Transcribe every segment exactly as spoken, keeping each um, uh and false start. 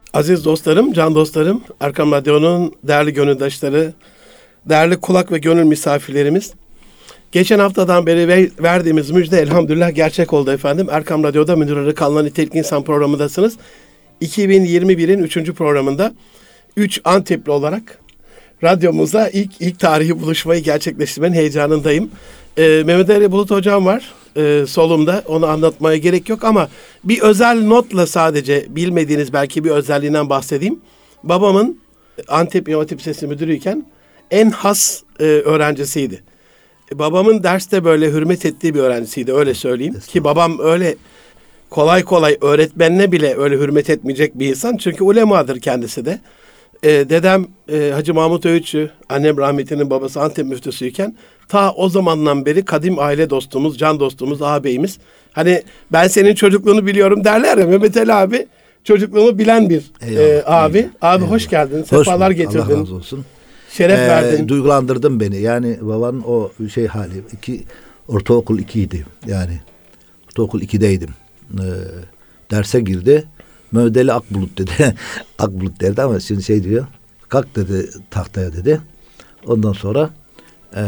Aziz dostlarım, can dostlarım, Erkam Radyo'nun değerli gönüldaşları, değerli kulak ve gönül misafirlerimiz. Geçen haftadan beri verdiğimiz müjde elhamdülillah gerçek oldu efendim. Erkam Radyo'da Münir Arıkan'la Nitelikli İnsan programındasınız. iki bin yirmi birin üçüncü programında üç Antepli olarak radyomuzda ilk ilk tarihi buluşmayı gerçekleştirmenin heyecanındayım. Ee, Mehmet Ali Bulut hocam var e, solumda, onu anlatmaya gerek yok ama bir özel notla sadece bilmediğiniz belki bir özelliğinden bahsedeyim. Babamın Antep İmam Hatip Lisesi müdürüyken en has e, öğrencisiydi. E, babamın derste böyle hürmet ettiği bir öğrencisiydi, öyle söyleyeyim. Ki babam öyle kolay kolay öğretmenine bile öyle hürmet etmeyecek bir insan. Çünkü ulemadır kendisi de. E, dedem e, Hacı Mahmut Öğütçü, annem rahmetinin babası Antep müftüsüyken ta o zamandan beri kadim aile dostumuz, can dostumuz, ağabeyimiz. Hani ben senin çocukluğunu biliyorum derler ya, Mehmet Ali abi çocukluğunu bilen bir e, abi. Eyvallah. Abi eyvallah. Hoş geldin, sefalar getirdin. Allah razı olsun. Şeref ee, verdin. Duygulandırdın beni. Yani babanın o şey hali. iki, ortaokul ikiydi. Yani ortaokul ikideydim. Ee, derse girdi. Mehmet Ali Akbulut dedi. Akbulut derdi ama şimdi şey diyor. Kalk dedi tahtaya dedi. Ondan sonra e,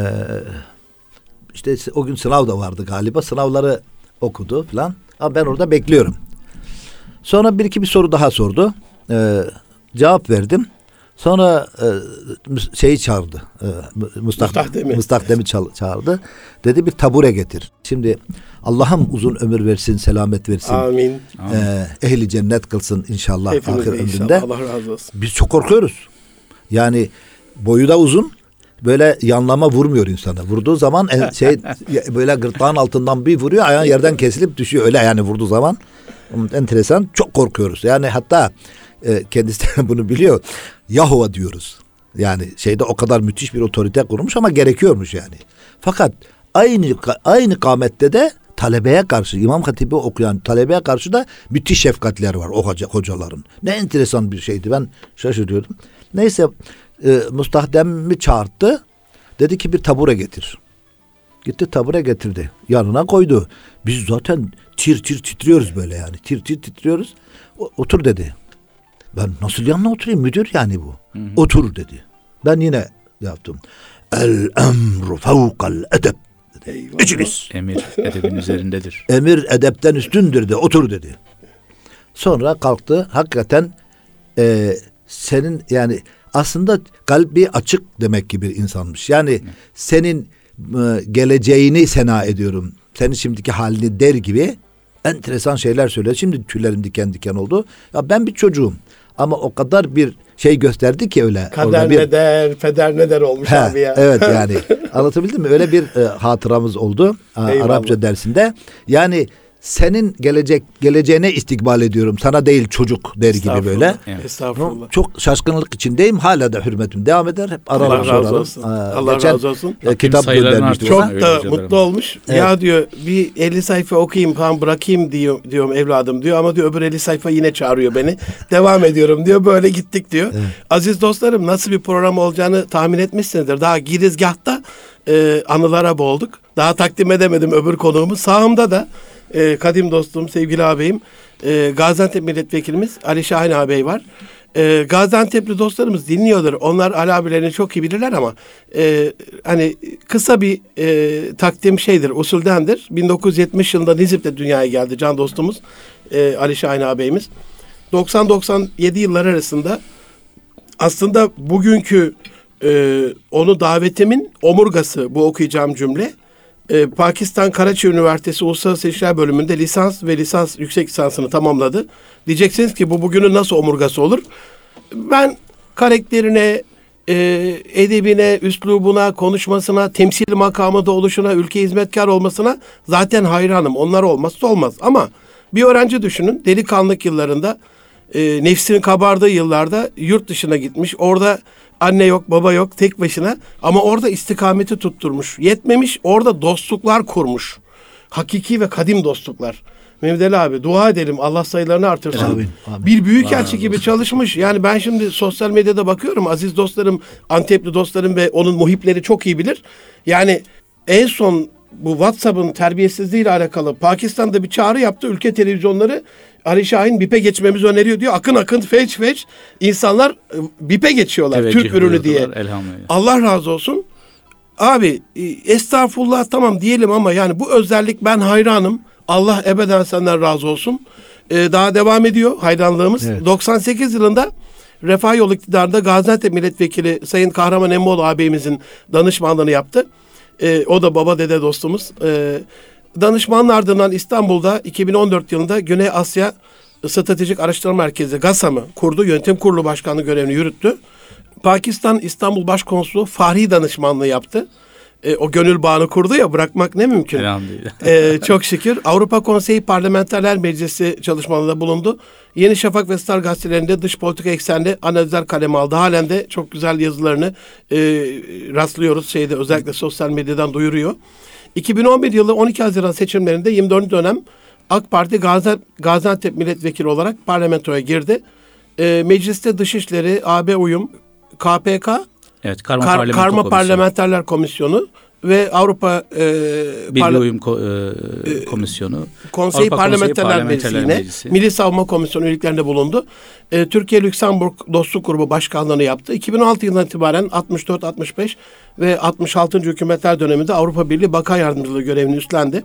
işte o gün sınav da vardı galiba. Sınavları okudu falan. Ama ben orada bekliyorum. Sonra bir iki bir soru daha sordu. Ee, cevap verdim. Sonra e, şeyi çağırdı. E, Mustahdem'i Mustahdem'i çağırdı. Dedi bir tabure getir. Şimdi Allah'ım uzun ömür versin, selamet versin. Amin. E, ehli cennet kılsın inşallah. Hepimiz ahir inşallah. ömründe. Allah razı olsun. Biz çok korkuyoruz. Yani boyu da uzun. Böyle yanlama vurmuyor insana. Vurduğu zaman şey böyle gırtlağın altından bir vuruyor, ayağın yerden kesilip düşüyor. Öyle yani vurduğu zaman. Enteresan. Çok korkuyoruz. Yani hatta e, kendisi de bunu biliyor. Yahova diyoruz. Yani şeyde o kadar müthiş bir otorite kurmuş ama gerekiyormuş yani. Fakat aynı aynı kâmette de talebeye karşı, İmam Hatibi okuyan talebeye karşı da müthiş şefkatler var o hoca, hocaların. Ne enteresan bir şeydi. Ben şaşırıyordum. Neyse e, Mustahdem'i çağırdı. Dedi ki bir tabure getir. Gitti tabure getirdi. Yanına koydu. Biz zaten tir tir titriyoruz böyle yani. Tir tir titriyoruz. O, otur dedi. Ben nasıl yanına oturayım, müdür yani bu. Hı hı. Otur dedi. Ben yine yaptım. El emru fevkal edeb. İçiniz. Emir edebin üzerindedir. Emir edepten üstündür de otur dedi. Sonra kalktı. Hakikaten e, senin yani aslında kalbi açık demek ki bir insanmış. Yani hı. senin e, geleceğini sena ediyorum. Senin şimdiki halini der gibi enteresan şeyler söyledi. Şimdi tüylerim diken diken oldu. Ya ben bir çocuğum. Ama o kadar bir şey gösterdi ki öyle. Kader bir, ne der, peder ne der olmuş he, abi ya. Evet yani anlatabildim mi? Öyle bir e, hatıramız oldu Eyvallah. Arapça dersinde. Yani senin gelecek geleceğine istikbal ediyorum. Sana değil çocuk der gibi böyle. Evet. Estağfurullah. Çok şaşkınlık içindeyim. Hala da hürmetim devam eder. Hep Allah razı sorarım. olsun. Ee, Allah geçen, razı olsun. E, kitap göndermişti. Çok da mutlu olmuş. Evet. Ya diyor bir elli sayfa okuyayım falan bırakayım diyor, diyorum evladım diyor. Ama diyor öbür elli sayfa yine çağırıyor beni. Devam ediyorum diyor. Böyle gittik diyor. Evet. Aziz dostlarım, nasıl bir program olacağını tahmin etmişsinizdir. Daha girizgahta e, anılara boğulduk. Daha takdim edemedim öbür konuğumu. Sağımda da Ee, kadim dostum, sevgili ağabeyim, e, Gaziantep Milletvekilimiz Ali Şahin ağabey var. E, Gaziantep'li dostlarımız dinliyordur. Onlar Ali abilerini çok iyi bilirler ama e, hani kısa bir e, takdim şeydir, usuldendir. bin dokuz yüz yetmiş yılında Nizip'te dünyaya geldi can dostumuz e, Ali Şahin ağabeyimiz. doksan doksan yedi yılları arasında aslında bugünkü e, onu davetimin omurgası bu okuyacağım cümle. Ee, Pakistan Karachi Üniversitesi Uluslararası İlişkiler Bölümünde lisans ve lisans yüksek lisansını tamamladı. Diyeceksiniz ki bu bugünün nasıl omurgası olur? Ben karakterine, e, edebine, üslubuna, konuşmasına, temsil makamında oluşuna, ülke hizmetkar olmasına zaten hayranım. Onlar olmazsa olmaz. Ama bir öğrenci düşünün, delikanlık yıllarında, e, nefsinin kabardığı yıllarda yurt dışına gitmiş. Orada anne yok, baba yok, tek başına. Ama orada istikameti tutturmuş. Yetmemiş, orada dostluklar kurmuş. Hakiki ve kadim dostluklar. Mehmet Ali abi, dua edelim, Allah sayılarını artırsın. Amin, amin. Bir büyükelçi gibi çalışmış. Yani ben şimdi sosyal medyada bakıyorum. Aziz dostlarım, Antepli dostlarım ve onun muhipleri çok iyi bilir. Yani en son bu WhatsApp'ın terbiyesizliğiyle alakalı Pakistan'da bir çağrı yaptı. Ülke televizyonları Ali Şahin B İ P'e geçmemizi öneriyor diyor. Akın akın feç feç insanlar e, B İ P'e geçiyorlar. Teveccüh Türk ürünü diye. elhamdülillah. Allah razı olsun. Abi e, estağfurullah tamam diyelim ama yani bu özellik ben hayranım. Allah ebeden senden razı olsun. E, daha devam ediyor hayranlığımız. Evet. doksan sekiz yılında Refah Yolu iktidarında Gaziantep Milletvekili Sayın Kahraman Emmoğlu ağabeyimizin danışmanlığını yaptı. E, o da baba dede dostumuz. E, danışmanın ardından İstanbul'da iki bin on dört yılında Güney Asya Stratejik Araştırma Merkezi GASAM'ı kurdu. Yönetim Kurulu Başkanlığı görevini yürüttü. Pakistan İstanbul Başkonsolosu Fahri danışmanlığı yaptı. E, o gönül bağını kurdu ya, bırakmak ne mümkün. Elhamdülillah. E, çok şükür. Avrupa Konseyi Parlamenterler Meclisi çalışmalarında bulundu. Yeni Şafak ve Star gazetelerinde dış politika eksenli analizler kaleme aldı. Halen de çok güzel yazılarını e, rastlıyoruz. Şeyde özellikle sosyal medyadan duyuruyor. iki bin on bir yılı on iki Haziran seçimlerinde yirmi dördüncü dönem AK Parti Gaziantep, Gaziantep milletvekili olarak parlamentoya girdi. E, mecliste Dışişleri, A B Uyum, K P K, Evet, Karma, Kar, Parlamento Karma Komisyonu. Parlamenterler Komisyonu ve Avrupa e, Birliği Parla- Uyum Ko- e, Komisyonu. Konsey Avrupa Parlamenterler Konseyi Meclisi Parlamenterler yine Meclisi. Milli Savunma Komisyonu üyeliklerinde bulundu. E, Türkiye-Lüksemburg Dostluk Grubu Başkanlığı'nı yaptı. iki bin on altı yılından itibaren altmış dört altmış beş ve altmış altıncı hükümetler döneminde Avrupa Birliği Bakan Yardımcılığı görevini üstlendi.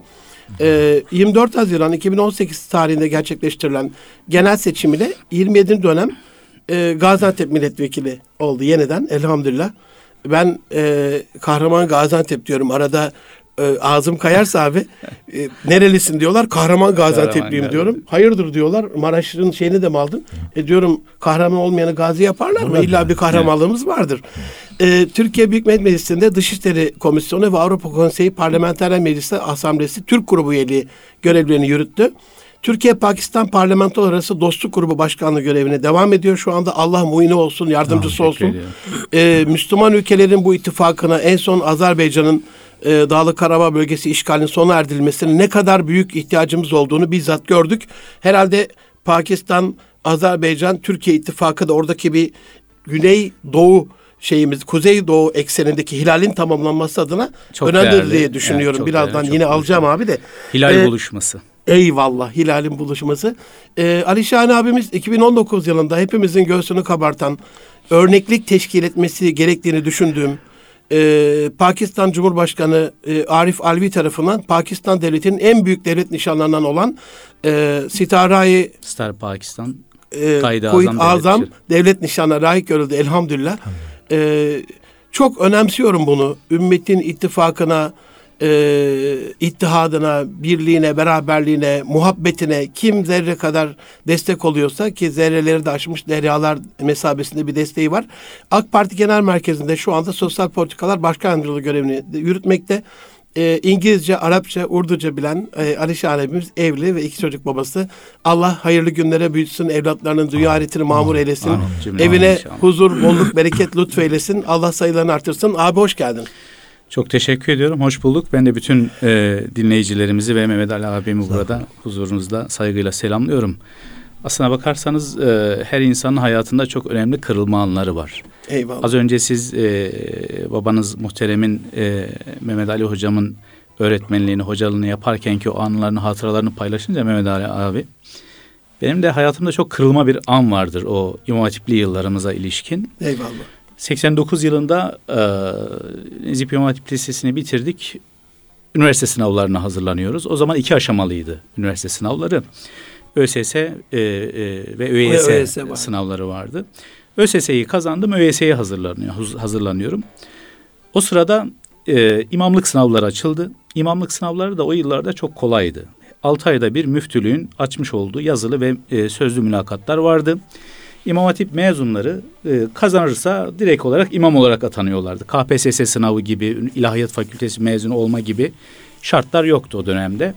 E, yirmi dört Haziran iki bin on sekiz tarihinde gerçekleştirilen genel seçim ile yirmi yedinci dönem e, Gaziantep milletvekili oldu yeniden elhamdülillah. Ben e, Kahraman Gaziantep diyorum. Arada e, ağzım kayarsa abi e, nerelisin diyorlar. Kahraman Gaziantep'liyim Kahraman diyorum. Hayırdır diyorlar. Maraş'ın şeyini de mi aldın? E diyorum kahraman olmayanı gazi yaparlar mı? İlla bir kahramanlığımız vardır. E, Türkiye Büyük Millet Meclisi'nde Dışişleri Komisyonu ve Avrupa Konseyi Parlamenterler Meclisi Asamblesi Türk Grubu üyeliği görevlerini yürüttü. Türkiye-Pakistan Parlamentolar Arası Dostluk Grubu Başkanlığı görevine devam ediyor. Şu anda Allah muini olsun, yardımcısı Tamam, olsun. Ee, Müslüman ülkelerin bu ittifakına en son Azerbaycan'ın e, Dağlı Karabağ bölgesi işgalinin sona erdirilmesine ne kadar büyük ihtiyacımız olduğunu bizzat gördük. Herhalde Pakistan, Azerbaycan, Türkiye ittifakı da oradaki bir Güney-Doğu şeyimiz, Kuzey-Doğu eksenindeki hilalin tamamlanması adına Çok önemlidir değerli. diye düşünüyorum. Evet, çok Birazdan değerli, çok yine buluşma. alacağım abi de. Hilal Ee, buluşması. Eyvallah, hilalin buluşması. Ee, Ali Şahin abimiz iki bin on dokuz yılında hepimizin göğsünü kabartan, örneklik teşkil etmesi gerektiğini düşündüğüm e, Pakistan Cumhurbaşkanı e, Arif Alvi tarafından Pakistan Devleti'nin en büyük devlet nişanlarından olan e, Sitare-i Star Pakistan. e, Kaid-i Kuid Azam Azam Devleti. devlet nişanına layık görüldü elhamdülillah. E, çok önemsiyorum bunu. Ümmetin ittifakına, e, ittihadına, birliğine, beraberliğine, muhabbetine kim zerre kadar destek oluyorsa, ki zerreleri de aşmış deryalar mesabesinde bir desteği var. AK Parti Genel Merkezi'nde şu anda Sosyal Politikalar Başkan Yardımcılığı görevini yürütmekte. E, İngilizce, Arapça, Urduca bilen e, Ali Şahin abimiz evli ve iki çocuk babası. Allah hayırlı günlere büyütsün, evlatlarının dünya ahiretini mamur eylesin. Amin. Cümle Evine amin inşallah. huzur, bolluk, bereket lütfeylesin. Allah sayılarını artırsın. Abi hoş geldin. Çok teşekkür ediyorum. Hoş bulduk. Ben de bütün e, dinleyicilerimizi ve Mehmet Ali abimi burada huzurunuzda saygıyla selamlıyorum. Aslına bakarsanız e, her insanın hayatında çok önemli kırılma anları var. Eyvallah. Az önce siz e, babanız muhteremin e, Mehmet Ali hocamın öğretmenliğini, hocalığını yaparken ki o anılarını, hatıralarını paylaşınca Mehmet Ali abi, benim de hayatımda çok kırılma bir an vardır o İmam Hatipli yıllarımıza ilişkin. Eyvallah. seksen dokuz yılında e, Necip İmam Hatip Lisesi'ni bitirdik. Üniversite sınavlarına hazırlanıyoruz. O zaman iki aşamalıydı üniversite sınavları. ÖSS e, e, ve ÖYS, ÖYS var. sınavları vardı. ÖSS'yi kazandım, ÖYS'ye hazırlanıyor, hazırlanıyorum. O sırada e, imamlık sınavları açıldı. İmamlık sınavları da o yıllarda çok kolaydı. altı ayda bir müftülüğün açmış olduğu yazılı ve e, sözlü mülakatlar vardı. İmam Hatip mezunları e, kazanırsa direkt olarak imam olarak atanıyorlardı. K P S S sınavı gibi, İlahiyat Fakültesi mezunu olma gibi şartlar yoktu o dönemde.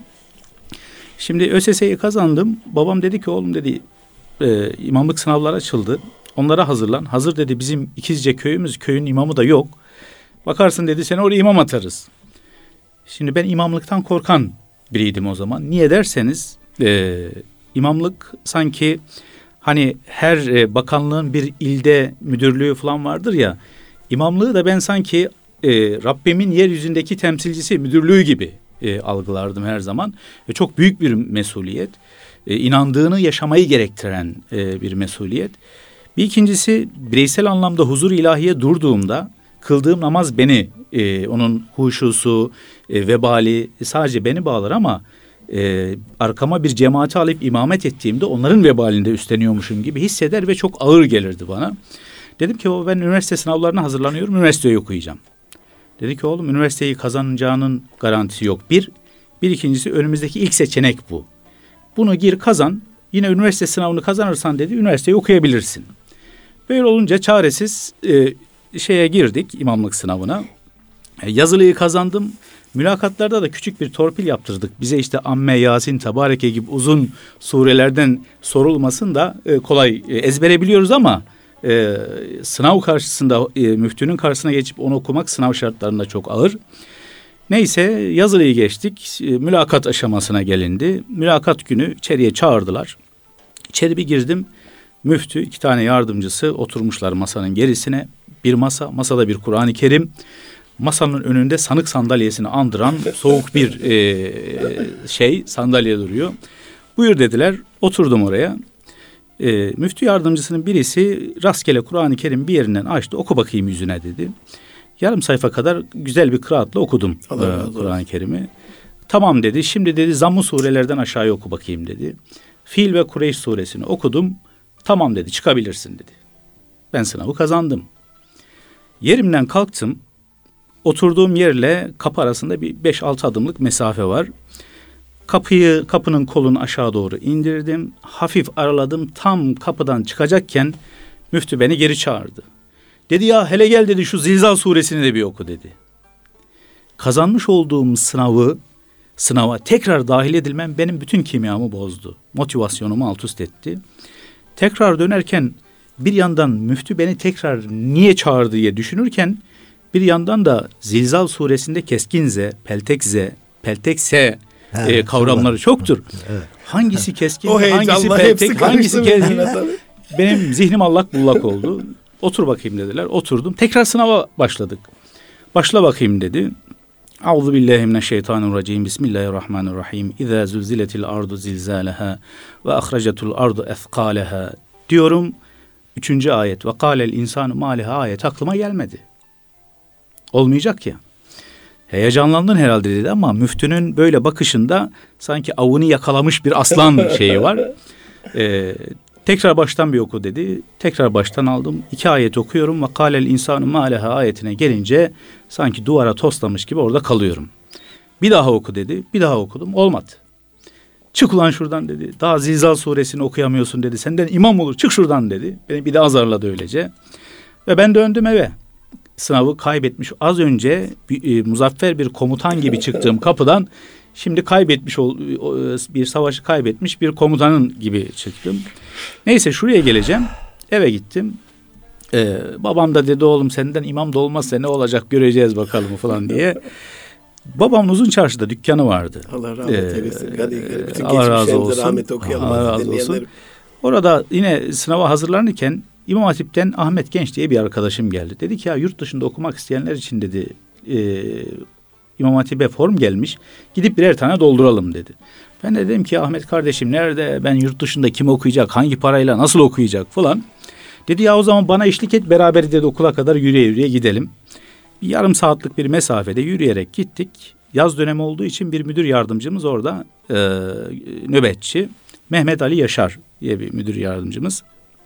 Şimdi ÖSS'yi kazandım. Babam dedi ki oğlum dedi e, imamlık sınavları açıldı. Onlara hazırlan. Hazır dedi bizim İkizce köyümüz, köyün imamı da yok. Bakarsın dedi seni oraya imam atarız. Şimdi ben imamlıktan korkan biriydim o zaman. Niye derseniz e, imamlık sanki hani her e, bakanlığın bir ilde müdürlüğü falan vardır ya. İmamlığı da ben sanki e, Rabbimin yeryüzündeki temsilcisi, müdürlüğü gibi e, algılardım her zaman. Ve çok büyük bir mesuliyet. e, inandığını yaşamayı gerektiren e, bir mesuliyet. Bir ikincisi, bireysel anlamda huzur ilahiye durduğumda kıldığım namaz beni, e, onun huşusu, e, vebali sadece beni bağlar ama e, arkama bir cemaati alıp imamet ettiğimde onların vebalinde üstleniyormuşum gibi hisseder ve çok ağır gelirdi bana. Dedim ki ben üniversite sınavlarına hazırlanıyorum, üniversiteyi okuyacağım. Dedi ki oğlum üniversiteyi kazanacağının garantisi yok. Bir, bir ikincisi önümüzdeki ilk seçenek bu. Bunu gir kazan, yine üniversite sınavını kazanırsan dedi üniversiteyi okuyabilirsin. Böyle olunca çaresiz e, şeye girdik, imamlık sınavına. E, yazılıyı kazandım. Mülakatlarda da küçük bir torpil yaptırdık. Bize işte Amme, Yasin, Tebareke gibi uzun surelerden sorulmasın da e, kolay e, ezbere biliyoruz ama e, sınav karşısında e, müftünün karşısına geçip onu okumak sınav şartlarında çok ağır. Neyse yazılıyı geçtik. E, mülakat aşamasına gelindi. Mülakat günü içeriye çağırdılar. İçeri bir girdim. Müftü, iki tane yardımcısı oturmuşlar masanın gerisine. Bir masa, masada bir Kur'an-ı Kerim. Masanın önünde sanık sandalyesini andıran soğuk bir e, şey sandalye duruyor. Buyur dediler, oturdum oraya. E, müftü yardımcısının birisi rastgele Kur'an-ı Kerim bir yerinden açtı, oku bakayım yüzüne dedi. Yarım sayfa kadar güzel bir kıraatla okudum e, Kur'an-ı Kerim'i. Tamam dedi, şimdi dedi zamm-ı surelerden aşağıya oku bakayım dedi. Fil ve Kureyş suresini okudum. Tamam dedi, çıkabilirsin dedi. Ben sınavı kazandım. Yerimden kalktım. Oturduğum yerle kapı arasında bir beş altı adımlık mesafe var. Kapıyı, kapının kolunu aşağı doğru indirdim. Hafif araladım. Tam kapıdan çıkacakken müftü beni geri çağırdı. Dedi ya hele gel dedi şu Zilzal suresini de bir oku dedi. Kazanmış olduğum sınavı, sınava tekrar dahil edilmem benim bütün kimyamı bozdu. Motivasyonumu alt üst etti. Tekrar dönerken bir yandan müftü beni tekrar niye çağırdı diye düşünürken bir yandan da Zilzal suresinde keskin Z, peltek Z, peltek S He, e, kavramları çoktur. Evet. Hangisi keskin, hangisi peltek, hangisi keskin? Benim zihnim allak bullak oldu. Otur bakayım dediler. Oturdum. Tekrar sınava başladık. Başla bakayım dedi. Euzu billahi mineşşeytanirracim. Bismillahirrahmanirrahim. İza zulziletil ardu zilzalaha ve ahracetul ardu ethqalaha diyorum. Üçüncü ayet. Ve kâlel insanu mâleha ayet aklıma gelmedi. Olmayacak ya. Heyecanlandın herhalde dedi ama müftünün böyle bakışında sanki avını yakalamış bir aslan şeyi var. Ee, tekrar baştan bir oku dedi. Tekrar baştan aldım. İki ayet okuyorum. Ve kâlel insanu mâleha ayetine gelince sanki duvara toslamış gibi orada kalıyorum. Bir daha oku dedi. Bir daha okudum. Olmadı. Çık ulan şuradan dedi. Daha Zilzal suresini okuyamıyorsun dedi. Senden imam olur. Çık şuradan dedi. Beni bir de azarladı öylece. Ve ben döndüm eve. Sınavı kaybetmiş. Az önce bir, e, muzaffer bir komutan gibi çıktığım kapıdan şimdi kaybetmiş ol, bir savaşı kaybetmiş bir komutanın gibi çıktım. Neyse şuraya geleceğim. Eve gittim. Ee, babam da dedi oğlum senden imam da olmazsa ne olacak göreceğiz bakalım falan diye. Babamın Uzun Çarşı'da dükkanı vardı. Allah rahmet eylesin. Ee, Allah razı olsun. Rahmet okuyalım. Allah razı olsun. Orada yine sınava hazırlanırken İmam Hatip'ten Ahmet Genç diye bir arkadaşım geldi. Dedi ki ya yurt dışında okumak isteyenler için dedi e, İmam Hatip'e form gelmiş. Gidip birer tane dolduralım dedi. Ben de dedim ki Ahmet kardeşim nerede? Ben yurt dışında kim okuyacak? Hangi parayla? Nasıl okuyacak falan. Dedi ya o zaman bana eşlik et beraber dedi okula kadar yürüye yürüye gidelim. Bir yarım saatlik bir mesafede yürüyerek gittik. Yaz dönemi olduğu için bir müdür yardımcımız orada e, nöbetçi. Mehmet Ali Yaşar diye bir müdür yardımcımız.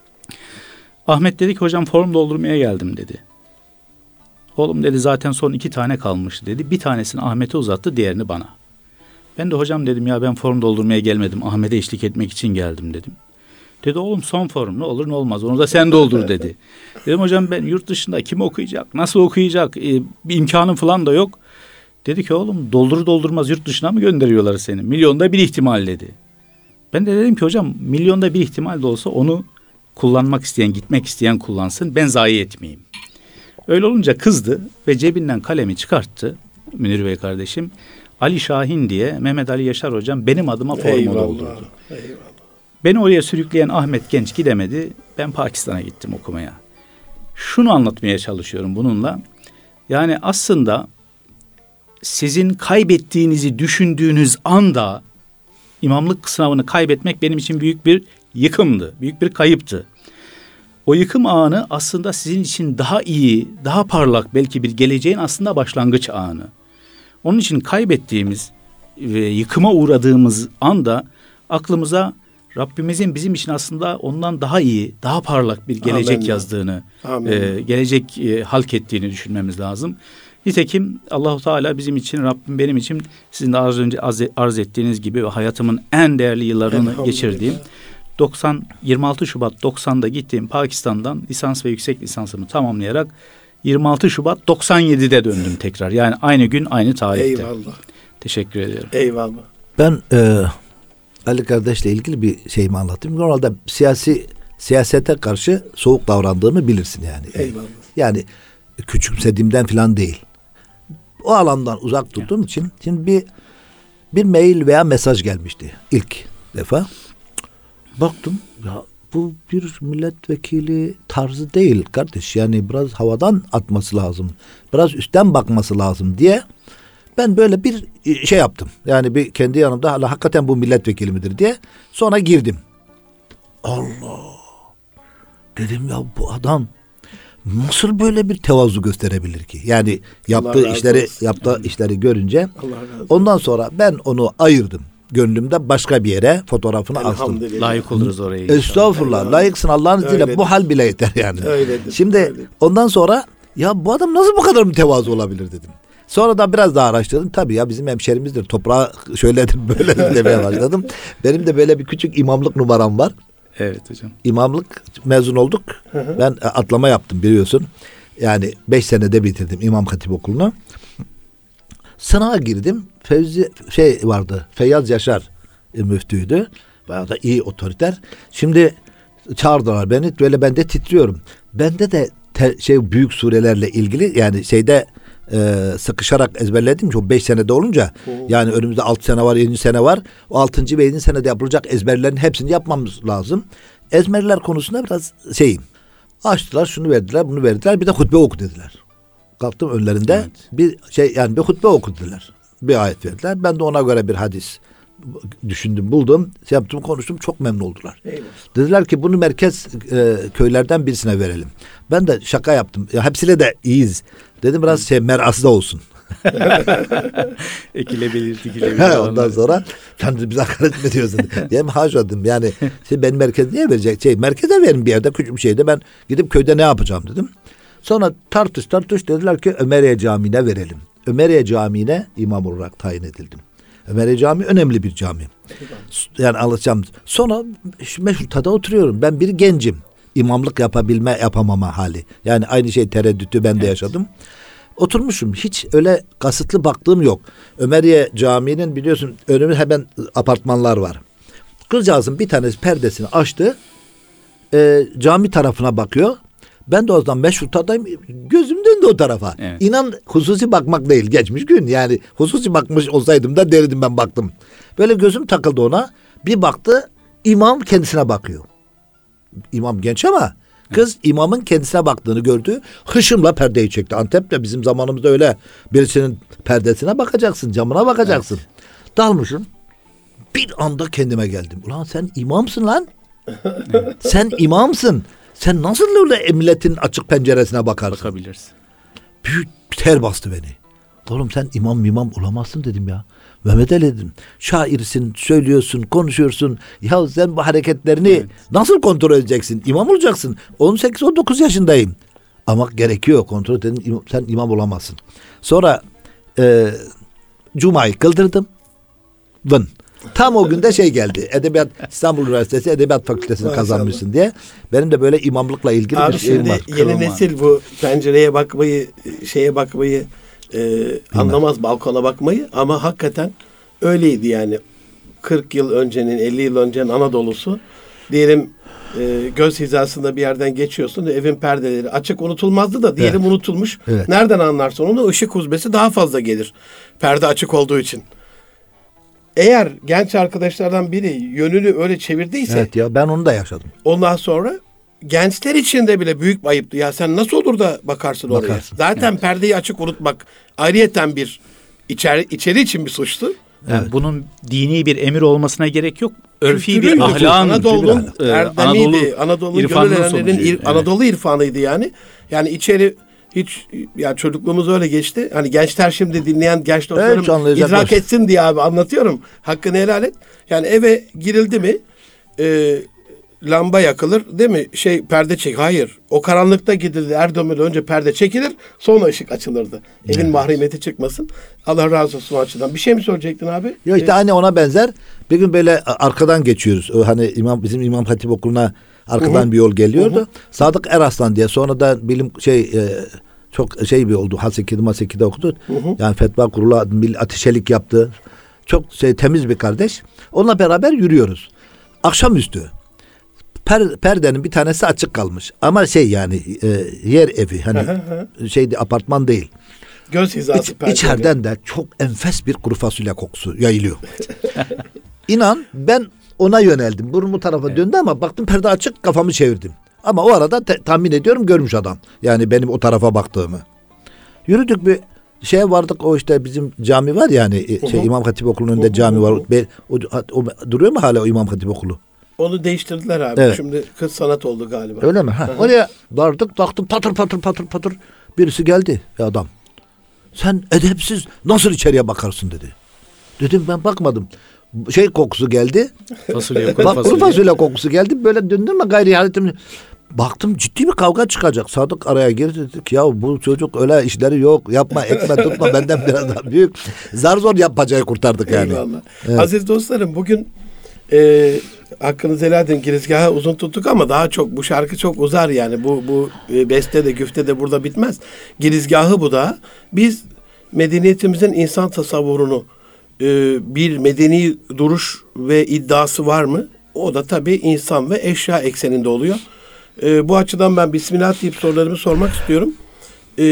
Ahmet dedi ki hocam form doldurmaya geldim dedi. Oğlum dedi zaten son iki tane kalmıştı dedi. Bir tanesini Ahmet'e uzattı, diğerini bana. Ben de hocam dedim ya ben form doldurmaya gelmedim. Ahmet'e eşlik etmek için geldim dedim. Dedi oğlum son form ne olur ne olmaz onu da sen doldur dedi. Dedim hocam ben yurt dışında kim okuyacak? Nasıl okuyacak? Ee, bir imkanım falan da yok. Dedi ki oğlum doldurur doldurmaz yurt dışına mı gönderiyorlar seni? Milyonda bir ihtimal dedi. Ben de dedim ki hocam milyonda bir ihtimal de olsa onu kullanmak isteyen, gitmek isteyen kullansın. Ben zayi etmeyeyim. Öyle olunca kızdı ve cebinden kalemi çıkarttı. Münir Bey kardeşim. Ali Şahin diye Mehmet Ali Yaşar hocam benim adıma formu doldurdu. Eyvallah. Beni oraya sürükleyen Ahmet Genç gidemedi. Ben Pakistan'a gittim okumaya. Şunu anlatmaya çalışıyorum bununla. Yani aslında sizin kaybettiğinizi düşündüğünüz anda İmamlık sınavını kaybetmek benim için büyük bir yıkımdı, büyük bir kayıptı. O yıkım anı aslında sizin için daha iyi, daha parlak belki bir geleceğin aslında başlangıç anı. Onun için kaybettiğimiz ve yıkıma uğradığımız anda aklımıza Rabbimizin bizim için aslında ondan daha iyi, daha parlak bir gelecek Amin. yazdığını, Amin. e, gelecek e, halk ettiğini düşünmemiz lazım. Nitekim Allahu Teala bizim için, Rabbim benim için sizin de az önce arz, arz ettiğiniz gibi hayatımın en değerli yıllarını geçirdiğim doksan yirmi altı Şubat doksan'da gittiğim Pakistan'dan lisans ve yüksek lisansımı tamamlayarak yirmi altı Şubat doksan yedi'de döndüm tekrar. Yani aynı gün, aynı tarihte. Eyvallah. Teşekkür ederim. Eyvallah. Ben e, Ali kardeşle ilgili bir şeyimi anlatayım. Normalde siyasi siyasete karşı soğuk davrandığımı bilirsin yani. Eyvallah. Yani küçümsediğimden falan değil. O alandan uzak durduğum evet. için şimdi bir bir mail veya mesaj gelmişti ilk defa. Baktım ya bu bir milletvekili tarzı değil kardeş. Yani biraz havadan atması lazım. Biraz üstten bakması lazım diye ben böyle bir şey yaptım. Yani bir kendi yanımda hala hakikaten bu milletvekili midir diye. Sonra girdim. Allah. Dedim ya bu adam nasıl böyle bir tevazu gösterebilir ki? Yani yaptığı işleri olsun. yaptığı yani. işleri görünce ondan sonra ben onu ayırdım. Gönlümde başka bir yere fotoğrafını astım. Layık oluruz oraya. Estağfurullah. Eyvallah. Layıksın Allah'ın izniyle. Bu hal bile yeter yani. Öyledir. Şimdi öyledir. Ondan sonra ya bu adam nasıl bu kadar mütevazı olabilir dedim. Sonra da biraz daha araştırdım. Tabii ya bizim hemşerimizdir. Toprağı şöyledir böyledir demeye başladım. Benim de böyle bir küçük imamlık numaram var. Evet hocam. İmamlık mezun olduk. Hı hı. Ben atlama yaptım biliyorsun. Yani beş senede bitirdim İmam Hatip Okulu'nu. Sınava girdim. Fevzi şey vardı. Feyyaz Yaşar e, müftüydü. Bayağı da iyi otoriter. Şimdi çağırdılar beni. Böyle ben de titriyorum. Bende de te, şey büyük surelerle ilgili yani şeyde e, sıkışarak ezberledim. Çok beş senede olunca Oo. yani önümüzde altı sene var, yedinci sene var. O altıncı ve yedinci senede yapılacak ezberlerin hepsini yapmamız lazım. Ezberler konusunda biraz şeyim. Açtılar, şunu verdiler, bunu verdiler. Bir de hutbe oku dediler. Kalktım önlerinde evet. bir şey yani bir hutbe okudular. Bir ayet verdiler. Ben de ona göre bir hadis düşündüm, buldum. Şey yaptım, konuştum. Çok memnun oldular. Eyvallah. Dediler ki bunu merkez e, köylerden birisine verelim. Ben de şaka yaptım. Ya hepsiyle de iyiyiz. Dedim biraz şey merasda olsun. Ekilebilir, dikilebilir. Ondan sonra sen de bize hakaret mi ediyorsun? Diyem haşa dedim. Yani şey, benim merkez niye verecek? Şey, merkeze verin bir yerde küçük bir şeyde. Ben gidip köyde ne yapacağım dedim. Sonra tartış tartış dediler ki Ömeriye Camii'ne verelim. Ömeriye Camii'ne imam olarak tayin edildim. Ömeriye Camii önemli bir cami. Yani anlatacağım. Sonra meşrutada oturuyorum. Ben bir gencim. İmamlık yapabilme yapamama hali. Yani aynı şey tereddütü ben de evet. yaşadım. Oturmuşum. Hiç öyle kasıtlı baktığım yok. Ömeriye Camii'nin biliyorsun önümü hemen apartmanlar var. Kızcağızın bir tanesi perdesini açtı. E, cami tarafına bakıyor. Ben de o zaman meşrutadayım. Gözüm döndü o tarafa. Evet. İnan hususi bakmak değil. Geçmiş gün. Yani hususi bakmış olsaydım da derdim ben baktım. Böyle gözüm takıldı ona. Bir baktı imam kendisine bakıyor. İmam genç ama kız evet. imamın kendisine baktığını gördü. Hışımla perdeyi çekti. Antep'te bizim zamanımızda öyle birisinin perdesine bakacaksın. Camına bakacaksın. Evet. Dalmışım. Bir anda kendime geldim. Ulan sen imamsın lan. Evet. Sen imamsın. Sen nasıl öyle milletin açık penceresine bakarsın? Bakabilirsin. Büyük ter bastı beni. Oğlum sen imam imam olamazsın dedim ya. Mehmet Ali dedim. Şairsin, söylüyorsun, konuşuyorsun. Ya sen bu hareketlerini evet. nasıl kontrol edeceksin? İmam olacaksın. on sekiz on dokuz yaşındayım. Ama gerekiyor kontrol edin. Sen imam olamazsın. Sonra e, Cuma'yı kıldırdım. Vın. Tam o günde şey geldi. Edebiyat İstanbul Üniversitesi Edebiyat Fakültesini Maşallah. kazanmışsın diye. Benim de böyle imamlıkla ilgili Abi bir şeyim var. Yeni Kırılma. Nesil bu pencereye bakmayı, şeye bakmayı e, anlamaz, balkona bakmayı ama hakikaten öyleydi yani. kırk yıl öncenin, elli yıl öncenin Anadolu'su diyelim e, göz hizasında bir yerden geçiyorsun. Evin perdeleri açık unutulmazdı da diyelim evet. unutulmuş. Evet. Nereden anlarsın onu? Işık huzmesi daha fazla gelir. Perde açık olduğu için. Eğer genç arkadaşlardan biri yönünü öyle çevirdiyse... Evet ya ben onu da yaşadım. Ondan sonra gençler için de bile büyük bir ayıptı. Ya sen nasıl olur da bakarsın oraya? Bakarsın. Zaten evet. perdeyi açık unutmak ayrıyeten bir içeri, içeri için bir suçtu. Yani Evet. bunun dini bir emir olmasına gerek yok. Örfi bir Kültürüydü bu. ahlakın, Anadolu'nun e, erdemiydi. Anadolu'nun irfanının gönül erenlerin sonucuydu. ir- Evet. Anadolu irfanıydı yani. Yani içeri hiç ya çocukluğumuz öyle geçti. Hani gençler şimdi dinleyen genç dostlarım Evet, anlayacaklar. idrak etsin diye abi anlatıyorum. Hakkını helal et. Yani eve girildi mi e, lamba yakılır değil mi? Şey perde çek. Hayır. O karanlıkta gidildi. Erdoğan'dan önce perde çekilir. Sonra ışık açılırdı. Evin Evet. mahremiyeti çıkmasın. Allah razı olsun o açıdan. Bir şey mi soracaktın abi? Yok işte aynı ona benzer. Bir gün böyle arkadan geçiyoruz. O hani imam bizim İmam Hatip Okulu'na arkadan Hı hı. bir yol geliyordu. Hı hı. Sadık Eraslan diye sonra da bilim şey e, çok şey bir oldu. Hasekide Masekide okudu. Hı hı. Yani fetva kurulu mil- ateşelik yaptı. Çok şey temiz bir kardeş. Onunla beraber yürüyoruz. Akşamüstü. Per, perdenin bir tanesi açık kalmış. Ama şey yani e, yer evi hani Hı hı şeydi apartman değil. Göz hizası İç, perde. içeriden de çok enfes bir kuru fasulye kokusu yayılıyor. İnan ben ona yöneldim. Burnu bu tarafa Evet. döndü ama baktım perde açık kafamı çevirdim. Ama o arada te- tahmin ediyorum görmüş adam. Yani benim o tarafa baktığımı. Yürüdük bir şeye vardık o işte bizim cami var yani e, şey Hı hı. İmam Hatip Okulu'nun önünde Hı hı, cami hı var. hı. Be- o, o, duruyor mu hala o İmam Hatip Okulu? Onu değiştirdiler abi. Evet. Şimdi kız sanat oldu galiba. Öyle mi? Ha, Hı hı. oraya vardık baktım patır patır patır patır birisi geldi ya adam. Sen edepsiz nasıl içeriye bakarsın dedi. Dedim ben bakmadım. Şey kokusu geldi. Fasulye, kuru Bak kuru fasulye. fasulye kokusu geldi. Böyle döndüm mü gayri ihanetim. Baktım ciddi bir kavga çıkacak. Sadık araya girdi dedik ya bu çocuk öyle işleri yok. Yapma etme tutma benden biraz daha büyük. Zar zor yapacayı kurtardık yani. Eyvallah. Evet. Aziz dostlarım bugün e, hakkınızı helal edin girizgahı uzun tuttuk ama daha çok bu şarkı çok uzar yani. Bu bu e, beste de güfte de burada bitmez. Girizgahı bu da. Biz medeniyetimizin insan tasavvurunu e, bir medeni duruş ve iddiası var mı? O da tabii insan ve eşya ekseninde oluyor. E, bu açıdan ben Bismillah deyip sorularımı sormak istiyorum. E,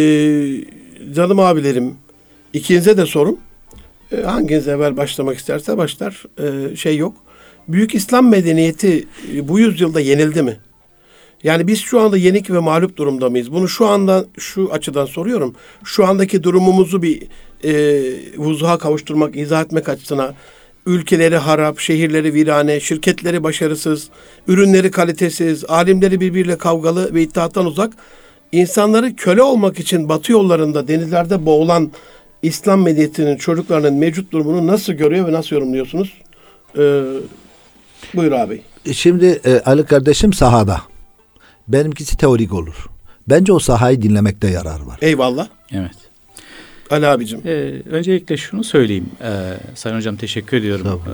canım abilerim, ikinize de sorum. E, hanginiz evvel başlamak isterse başlar. E, şey yok. Büyük İslam medeniyeti e, bu yüzyılda yenildi mi? Yani biz şu anda yenik ve mağlup durumda mıyız? Bunu şu anda şu açıdan soruyorum. Şu andaki durumumuzu bir e, vuzuha kavuşturmak, izah etmek açısına ülkeleri harap, şehirleri virane, şirketleri başarısız, ürünleri kalitesiz, alimleri birbiriyle kavgalı ve iddiattan uzak, insanları köle olmak için batı yollarında, denizlerde boğulan İslam medeniyetinin çocuklarının mevcut durumunu nasıl görüyor ve nasıl yorumluyorsunuz? Ee, buyur abi. Şimdi e, Ali kardeşim sahada. Benimkisi teorik olur. Bence o sahayı dinlemekte yarar var. Eyvallah. Evet. Ali abicim. Ee, öncelikle şunu söyleyeyim. Ee, Sayın Hocam teşekkür ediyorum. Tabii.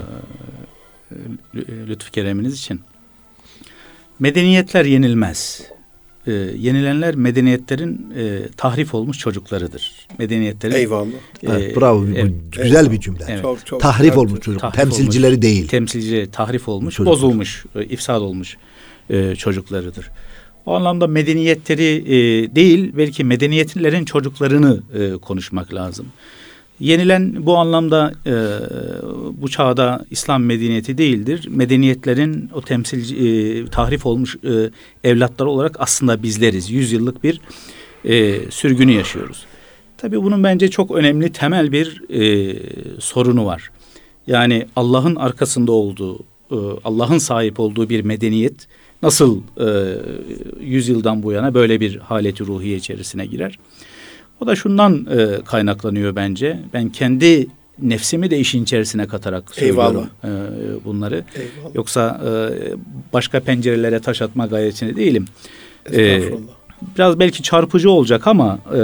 Ee, lütfu kereminiz için. Medeniyetler yenilmez. Ee, yenilenler medeniyetlerin e, tahrif olmuş çocuklarıdır. Medeniyetlerin Eyvallah. e, Evet, bravo. Bu evet, güzel bir cümle. Evet. Çok çok Tahrif çok- olmuş çocuk. tahrif Temsilcileri olmuş, değil. temsilci tahrif olmuş, Çocuklar. bozulmuş, e, ifsad olmuş e, çocuklarıdır. O anlamda medeniyetleri e, değil, belki medeniyetlerin çocuklarını e, konuşmak lazım. Yenilen bu anlamda e, bu çağda İslam medeniyeti değildir. Medeniyetlerin o temsilci, e, tahrif olmuş e, evlatları olarak aslında bizleriz. Yüzyıllık bir e, sürgünü yaşıyoruz. Tabii bunun bence çok önemli temel bir e, sorunu var. Yani Allah'ın arkasında olduğu, e, Allah'ın sahip olduğu bir medeniyet nasıl e, yüzyıldan bu yana böyle bir haleti ruhiye içerisine girer? O da şundan e, kaynaklanıyor bence. Ben kendi nefsimi de işin içerisine katarak söylüyorum e, bunları. Eyvallah. Yoksa e, başka pencerelere taş atma gayretinde değilim. E, Estağfurullah. biraz belki çarpıcı olacak ama e,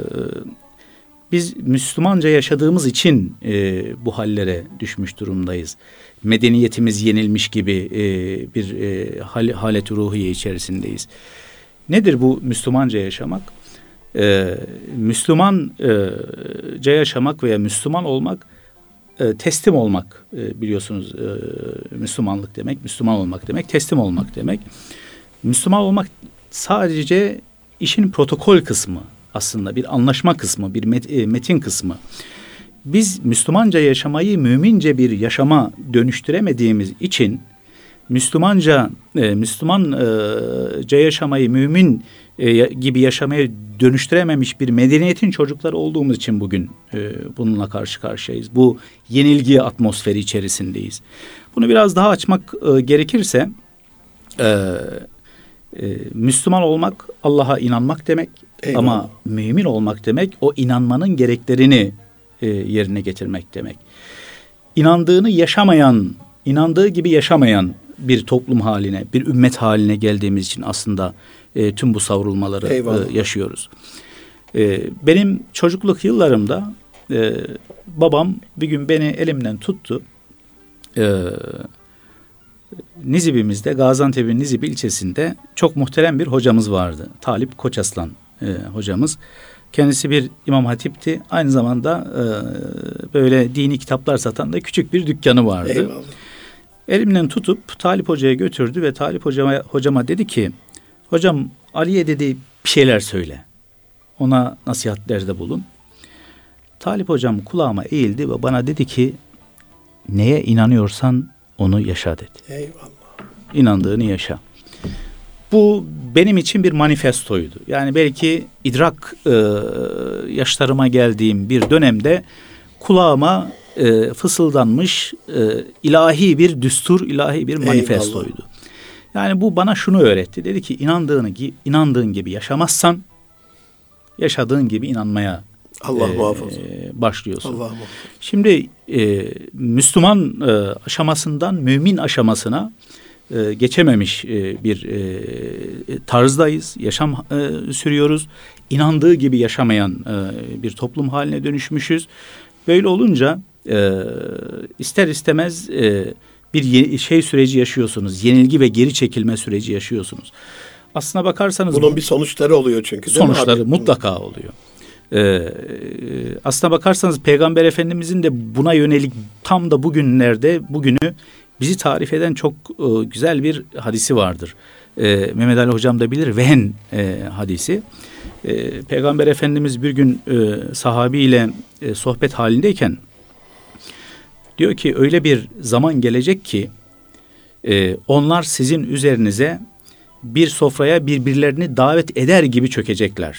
biz Müslümanca yaşadığımız için e, bu hallere düşmüş durumdayız. Medeniyetimiz yenilmiş gibi e, bir e, hal, halet-i ruhiye içerisindeyiz. Nedir bu Müslümanca yaşamak? Ee, Müslümanca yaşamak veya Müslüman olmak e, teslim olmak e, biliyorsunuz e, Müslümanlık demek, Müslüman olmak demek, teslim olmak demek. Müslüman olmak sadece işin protokol kısmı aslında, bir anlaşma kısmı, bir met, e, metin kısmı. Biz Müslümanca yaşamayı mümince bir yaşama dönüştüremediğimiz için Müslümanca, e, Müslümanca yaşamayı, mümin e, gibi yaşamaya dönüştürememiş bir medeniyetin çocukları olduğumuz için bugün e, bununla karşı karşıyayız. Bu yenilgi atmosferi içerisindeyiz. Bunu biraz daha açmak e, gerekirse, e, e, Müslüman olmak Allah'a inanmak demek. Eyvallah. Ama mümin olmak demek o inanmanın gereklerini e, yerine getirmek demek. İnandığını yaşamayan, inandığı gibi yaşamayan bir toplum haline, bir ümmet haline geldiğimiz için aslında e, tüm bu savrulmaları e, yaşıyoruz. E, benim çocukluk yıllarımda e, babam bir gün beni elimden tuttu. E, Nizip'imizde, Gaziantep'in Nizip ilçesinde çok muhterem bir hocamız vardı. Talip Koçaslan e, hocamız. Kendisi bir İmam Hatip'ti. Aynı zamanda e, böyle dini kitaplar satan da küçük bir dükkanı vardı. Eyvallah. Elimden tutup Talip Hoca'ya götürdü ve Talip Hocama, hocama dedi ki, hocam Ali'ye dedi bir şeyler söyle. Ona nasihatlerde bulun. Talip Hocam kulağıma eğildi ve bana dedi ki, neye inanıyorsan onu yaşa dedi. Eyvallah. İnandığını yaşa. Bu benim için bir manifestoydu. Yani belki idrak e, yaşlarıma geldiğim bir dönemde kulağıma e, fısıldanmış e, ilahi bir düstur, ilahi bir manifestoydu. Eyvallah. Yani bu bana şunu öğretti. Dedi ki inandığını inandığın gibi yaşamazsan yaşadığın gibi inanmaya Allah e, muhafaza. başlıyorsun. Allah muhafaza. Şimdi e, Müslüman e, aşamasından mümin aşamasına e, geçememiş e, bir e, tarzdayız. Yaşam e, sürüyoruz. İnandığı gibi yaşamayan e, bir toplum haline dönüşmüşüz. Böyle olunca e, ister istemez e, bir ye- şey süreci yaşıyorsunuz. Yenilgi ve geri çekilme süreci yaşıyorsunuz. Aslına bakarsanız bunun bir sonuçları oluyor çünkü. Sonuçları mutlaka oluyor. Ee, aslına bakarsanız Peygamber Efendimizin de buna yönelik tam da bugünlerde bugünü bizi tarif eden çok e, güzel bir hadisi vardır. E, Mehmet Ali Hocam da bilir, vehen e, hadisi. E, Peygamber Efendimiz bir gün e, sahabiyle e, sohbet halindeyken diyor ki öyle bir zaman gelecek ki e, onlar sizin üzerinize bir sofraya birbirlerini davet eder gibi çökecekler.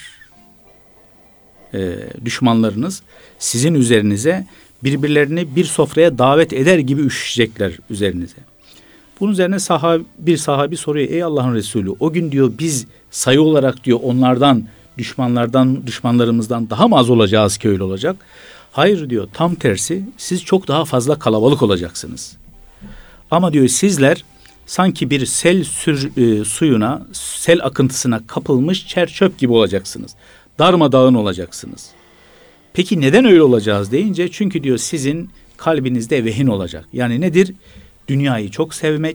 E, düşmanlarınız sizin üzerinize birbirlerini bir sofraya davet eder gibi üşüşecekler üzerinize. Bunun üzerine sahabi, bir sahabi soruyor, ey Allah'ın Resulü, o gün diyor biz sayı olarak diyor onlardan, düşmanlardan, düşmanlarımızdan daha mı az olacağız ki öyle olacak? Hayır diyor, tam tersi, siz çok daha fazla kalabalık olacaksınız. Ama diyor sizler sanki bir sel sür, e, suyuna, sel akıntısına kapılmış çer çöp gibi olacaksınız. Darmadağın olacaksınız. Peki neden öyle olacağız deyince, çünkü diyor sizin kalbinizde vehin olacak. Yani nedir? Dünyayı çok sevmek,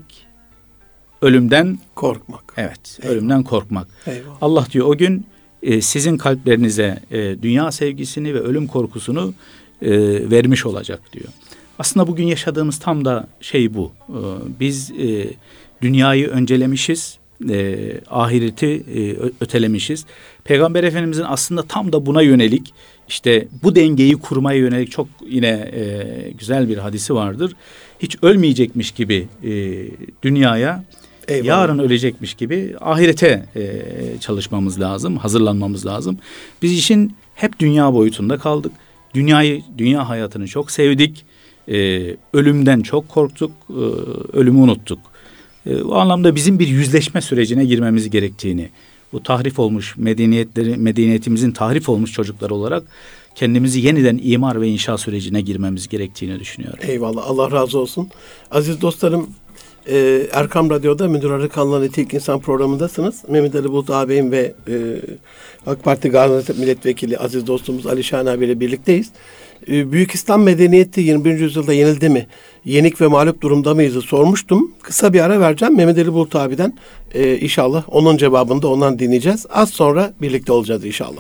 ölümden korkmak. Evet, eyvallah. Ölümden korkmak. Eyvallah. Allah diyor o gün e, sizin kalplerinize e, dünya sevgisini ve ölüm korkusunu e, vermiş olacak diyor. Aslında bugün yaşadığımız tam da şey bu. E, biz e, dünyayı öncelemişiz. E, ahireti e, ötelemişiz. Peygamber Efendimizin aslında tam da buna yönelik, işte bu dengeyi kurmaya yönelik çok yine e, güzel bir hadisi vardır. Hiç ölmeyecekmiş gibi e, dünyaya, eyvallah, yarın ölecekmiş gibi ahirete e, çalışmamız lazım, hazırlanmamız lazım. Biz işin hep dünya boyutunda kaldık. Dünyayı, dünya hayatını çok sevdik. E, ölümden çok korktuk. E, ölümü unuttuk. E, o anlamda bizim bir yüzleşme sürecine girmemiz gerektiğini, bu tahrif olmuş medeniyetleri, medeniyetimizin tahrif olmuş çocukları olarak kendimizi yeniden imar ve inşa sürecine girmemiz gerektiğini düşünüyorum. Eyvallah, Allah razı olsun. Aziz dostlarım, e, Erkam Radyo'da Münir Arıkan'la Nitelik İnsan programındasınız. Mehmet Ali Bulut ağabeyim ve e, AK Parti Gaziantep Milletvekili aziz dostumuz Ali Şahin abiyle birlikteyiz. E, Büyük İslam medeniyeti yirmi birinci yüzyılda yenildi mi? Yenik ve mağlup durumda mıyızı sormuştum. Kısa bir ara vereceğim Mehmet Ali Bulut abiden. E, inşallah onun cevabını da ondan dinleyeceğiz. Az sonra birlikte olacağız inşallah.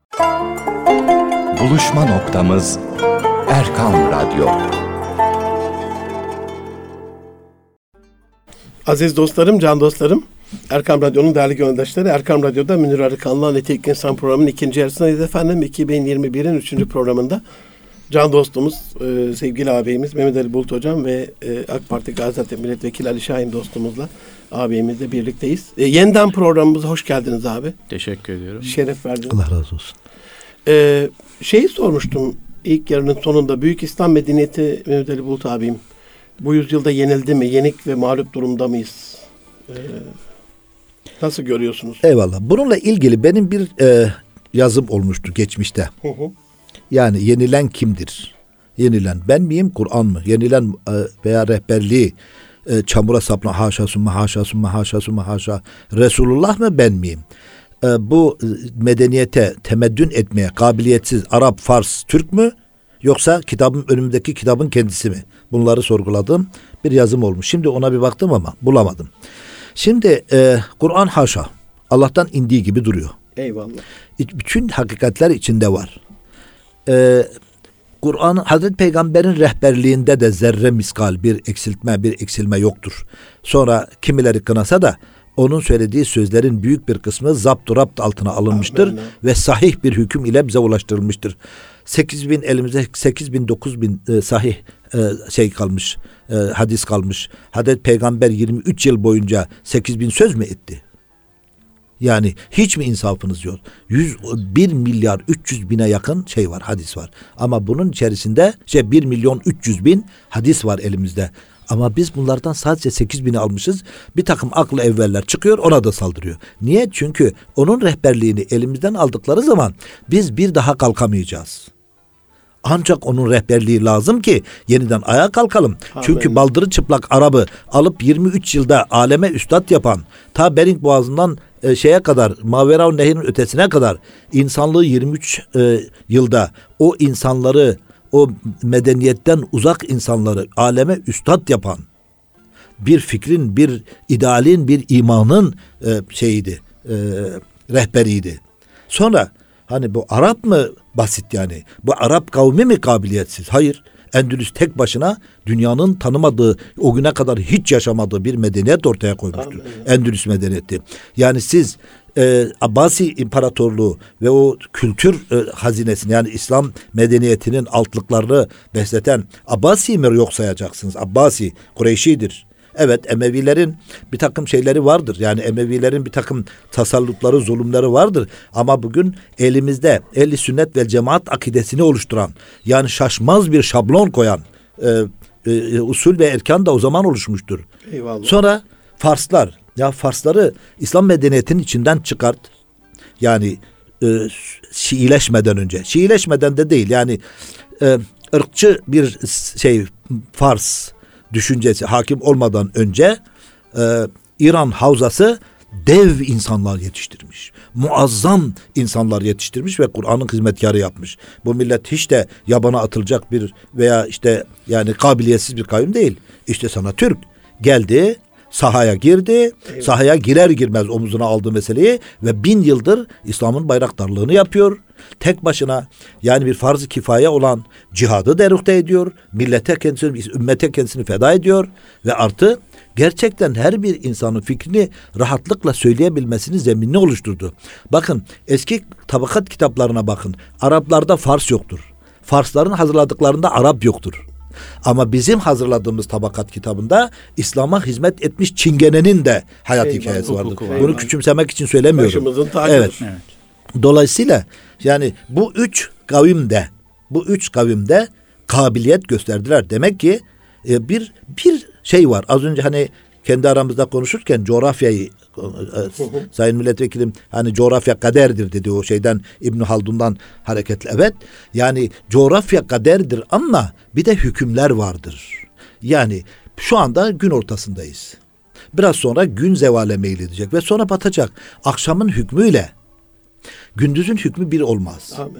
Buluşma noktamız Erkam Radyo. Aziz dostlarım, can dostlarım, Erkam Radyo'nun değerli gönüldaşları, Erkam Radyo'da Münir Arıkan'la Nitelik İnsan programının ikinci yarısındayız efendim. iki bin yirmi birin üçüncü programında can dostumuz, e, sevgili ağabeyimiz Mehmet Ali Bulut Hocam ve e, AK Parti Gaziantep Milletvekili Ali Şahin dostumuzla ağabeyimizle birlikteyiz. E, yeniden programımıza hoş geldiniz abi. Teşekkür ediyorum. Şeref verdiniz. Allah razı olsun. E, şeyi sormuştum ilk yarının sonunda. Büyük İslam medeniyeti Mehmet Ali Bulut abim bu yüzyılda yenildi mi? Yenik ve mağlup durumda mıyız? E, nasıl görüyorsunuz? Eyvallah. Bununla ilgili benim bir e, yazım olmuştu geçmişte. Hı hı. Yani yenilen kimdir? Yenilen ben miyim, Kur'an mı? Yenilen e, veya rehberliği e, çamura sapla haşa sümme haşa sümme haşa sümme haşa Resulullah mı, ben miyim? E, bu e, medeniyete temeddün etmeye kabiliyetsiz Arap, Fars, Türk mü? Yoksa kitabın önümdeki kitabın kendisi mi? Bunları sorguladığım bir yazım olmuş. Şimdi ona bir baktım ama bulamadım. Şimdi e, Kur'an haşa Allah'tan indiği gibi duruyor. Eyvallah. Bütün hakikatler içinde var. Ee, Kur'an Hazreti Peygamber'in rehberliğinde de zerre miskal bir eksiltme, bir eksilme yoktur. Sonra kimileri kınasa da onun söylediği sözlerin büyük bir kısmı zapt-ı rapt altına alınmıştır Amen. ve sahih bir hüküm ile bize ulaştırılmıştır. sekiz bin elimizde sekiz bin dokuz bin e, sahih e, şey kalmış, e, hadis kalmış. Hazreti Peygamber yirmi üç yıl boyunca sekiz bin söz mü etti? Yani hiç mi insafınız yok? yüz bir milyar üç yüz bine yakın şey var, hadis var. Ama bunun içerisinde şey bir milyon üç yüz bin hadis var elimizde. Ama biz bunlardan sadece sekiz bini almışız. Bir takım aklı evveller çıkıyor, ona da saldırıyor. Niye? Çünkü onun rehberliğini elimizden aldıkları zaman biz bir daha kalkamayacağız. Ancak onun rehberliği lazım ki yeniden ayağa kalkalım. Amin. Çünkü baldırı çıplak Arap'ı alıp yirmi üç yılda aleme üstad yapan, ta Bering Boğazı'ndan e, şeye kadar, Mavera Nehir'in ötesine kadar insanlığı yirmi üç e, yılda o insanları, o medeniyetten uzak insanları aleme üstad yapan bir fikrin, bir idealin, bir imanın e, şeyiydi, e, rehberiydi. Sonra hani bu Arap mı basit yani? Bu Arap kavmi mi kabiliyetsiz? Hayır. Endülüs tek başına dünyanın tanımadığı, o güne kadar hiç yaşamadığı bir medeniyet ortaya koymuştur. Amin. Endülüs medeniyeti. Yani siz e, Abbasi İmparatorluğu ve o kültür e, hazinesini, yani İslam medeniyetinin altlıklarını besleten Abbasi mi yok sayacaksınız? Abbasi, Kureyşidir. Evet, Emevilerin bir takım şeyleri vardır. Yani Emevilerin bir takım tasallutları, zulümleri vardır. Ama bugün elimizde ehli sünnet ve cemaat akidesini oluşturan, yani şaşmaz bir şablon koyan e, e, usul ve erkan da o zaman oluşmuştur. Eyvallah. Sonra Farslar, ya Farsları İslam medeniyetinin içinden çıkart. Yani e, Şiileşmeden önce, Şiileşmeden de değil, yani e, ırkçı bir şey Fars düşüncesi hakim olmadan önce e, İran havzası dev insanlar yetiştirmiş. Muazzam insanlar yetiştirmiş ve Kur'an'ın hizmetkarı yapmış. Bu millet hiç de yabana atılacak bir veya işte yani kabiliyetsiz bir kavim değil. İşte sana Türk geldi, sahaya girdi. Evet. Sahaya girer girmez omuzuna aldığı meseleyi ve bin yıldır İslam'ın bayraktarlığını yapıyor. Tek başına, yani bir farz-ı kifaye olan cihadı derukte ediyor. Millete kendisini, ümmete kendisini feda ediyor. Ve artı gerçekten her bir insanın fikrini rahatlıkla söyleyebilmesini zeminini oluşturdu. Bakın, eski tabakat kitaplarına bakın. Araplarda Fars yoktur. Farsların hazırladıklarında Arap yoktur. Ama bizim hazırladığımız tabakat kitabında İslam'a hizmet etmiş Çingene'nin de hayat Eyvallah, hikayesi vardır. Var. Bunu küçümsemek için söylemiyorum. Başımızın tacıdır. Evet. Evet. Dolayısıyla yani bu üç kavimde, bu üç kavimde kabiliyet gösterdiler. Demek ki e, bir bir şey var. Az önce hani kendi aramızda konuşurken coğrafyayı e, Sayın Milletvekilim hani coğrafya kaderdir dedi, o şeyden İbn Haldun'dan hareketle. Evet. Yani coğrafya kaderdir ama bir de hükümler vardır. Yani şu anda gün ortasındayız. Biraz sonra gün zevale meyledecek ve sonra batacak. Akşamın hükmüyle gündüzün hükmü bir olmaz. Amin.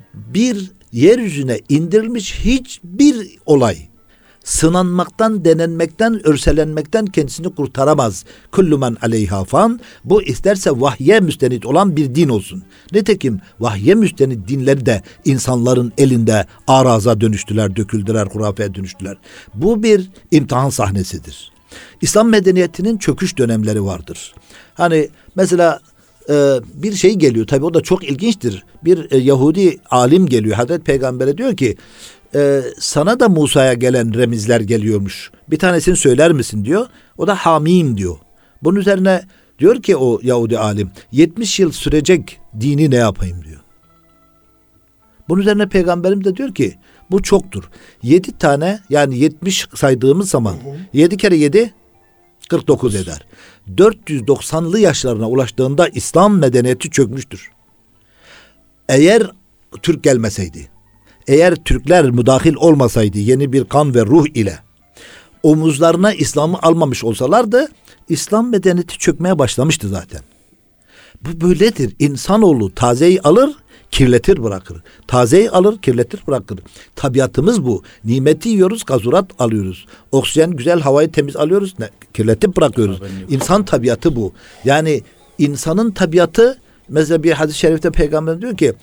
Bir yeryüzüne indirilmiş hiçbir olay sınanmaktan, denenmekten, örselenmekten kendisini kurtaramaz. Kullu men aleyha fan. Bu isterse vahye müstenit olan bir din olsun. Nitekim vahye müstenit dinleri de insanların elinde araza dönüştüler, döküldüler, hurafeye dönüştüler. Bu bir imtihan sahnesidir. İslam medeniyetinin çöküş dönemleri vardır. Hani mesela e, bir şey geliyor, tabii o da çok ilginçtir. Bir e, Yahudi alim geliyor Hazreti Peygamber'e, diyor ki e, sana da Musa'ya gelen remizler geliyormuş. Bir tanesini söyler misin diyor. O da Hamim diyor. Bunun üzerine diyor ki o Yahudi alim, yetmiş yıl sürecek dini ne yapayım diyor. Bunun üzerine Peygamberim de diyor ki bu çoktur. Yedi tane, yani yetmiş saydığımız zaman yedi kere yedi kırk dokuz eder. dört yüz doksanlı yaşlarına ulaştığında İslam medeniyeti çökmüştür. Eğer Türk gelmeseydi, eğer Türkler müdahil olmasaydı yeni bir kan ve ruh ile omuzlarına İslam'ı almamış olsalardı İslam medeniyeti çökmeye başlamıştı zaten. Bu böyledir. İnsanoğlu tazeyi alır, kirletir bırakır. Tazeyi alır, kirletir bırakır. Tabiatımız bu. Nimeti yiyoruz, kazurat alıyoruz. Oksijen, güzel havayı temiz alıyoruz, ne? Kirletip bırakıyoruz. İnsan tabiatı bu. Yani insanın tabiatı, mesela bir hadis-i şerifte Peygamber diyor ki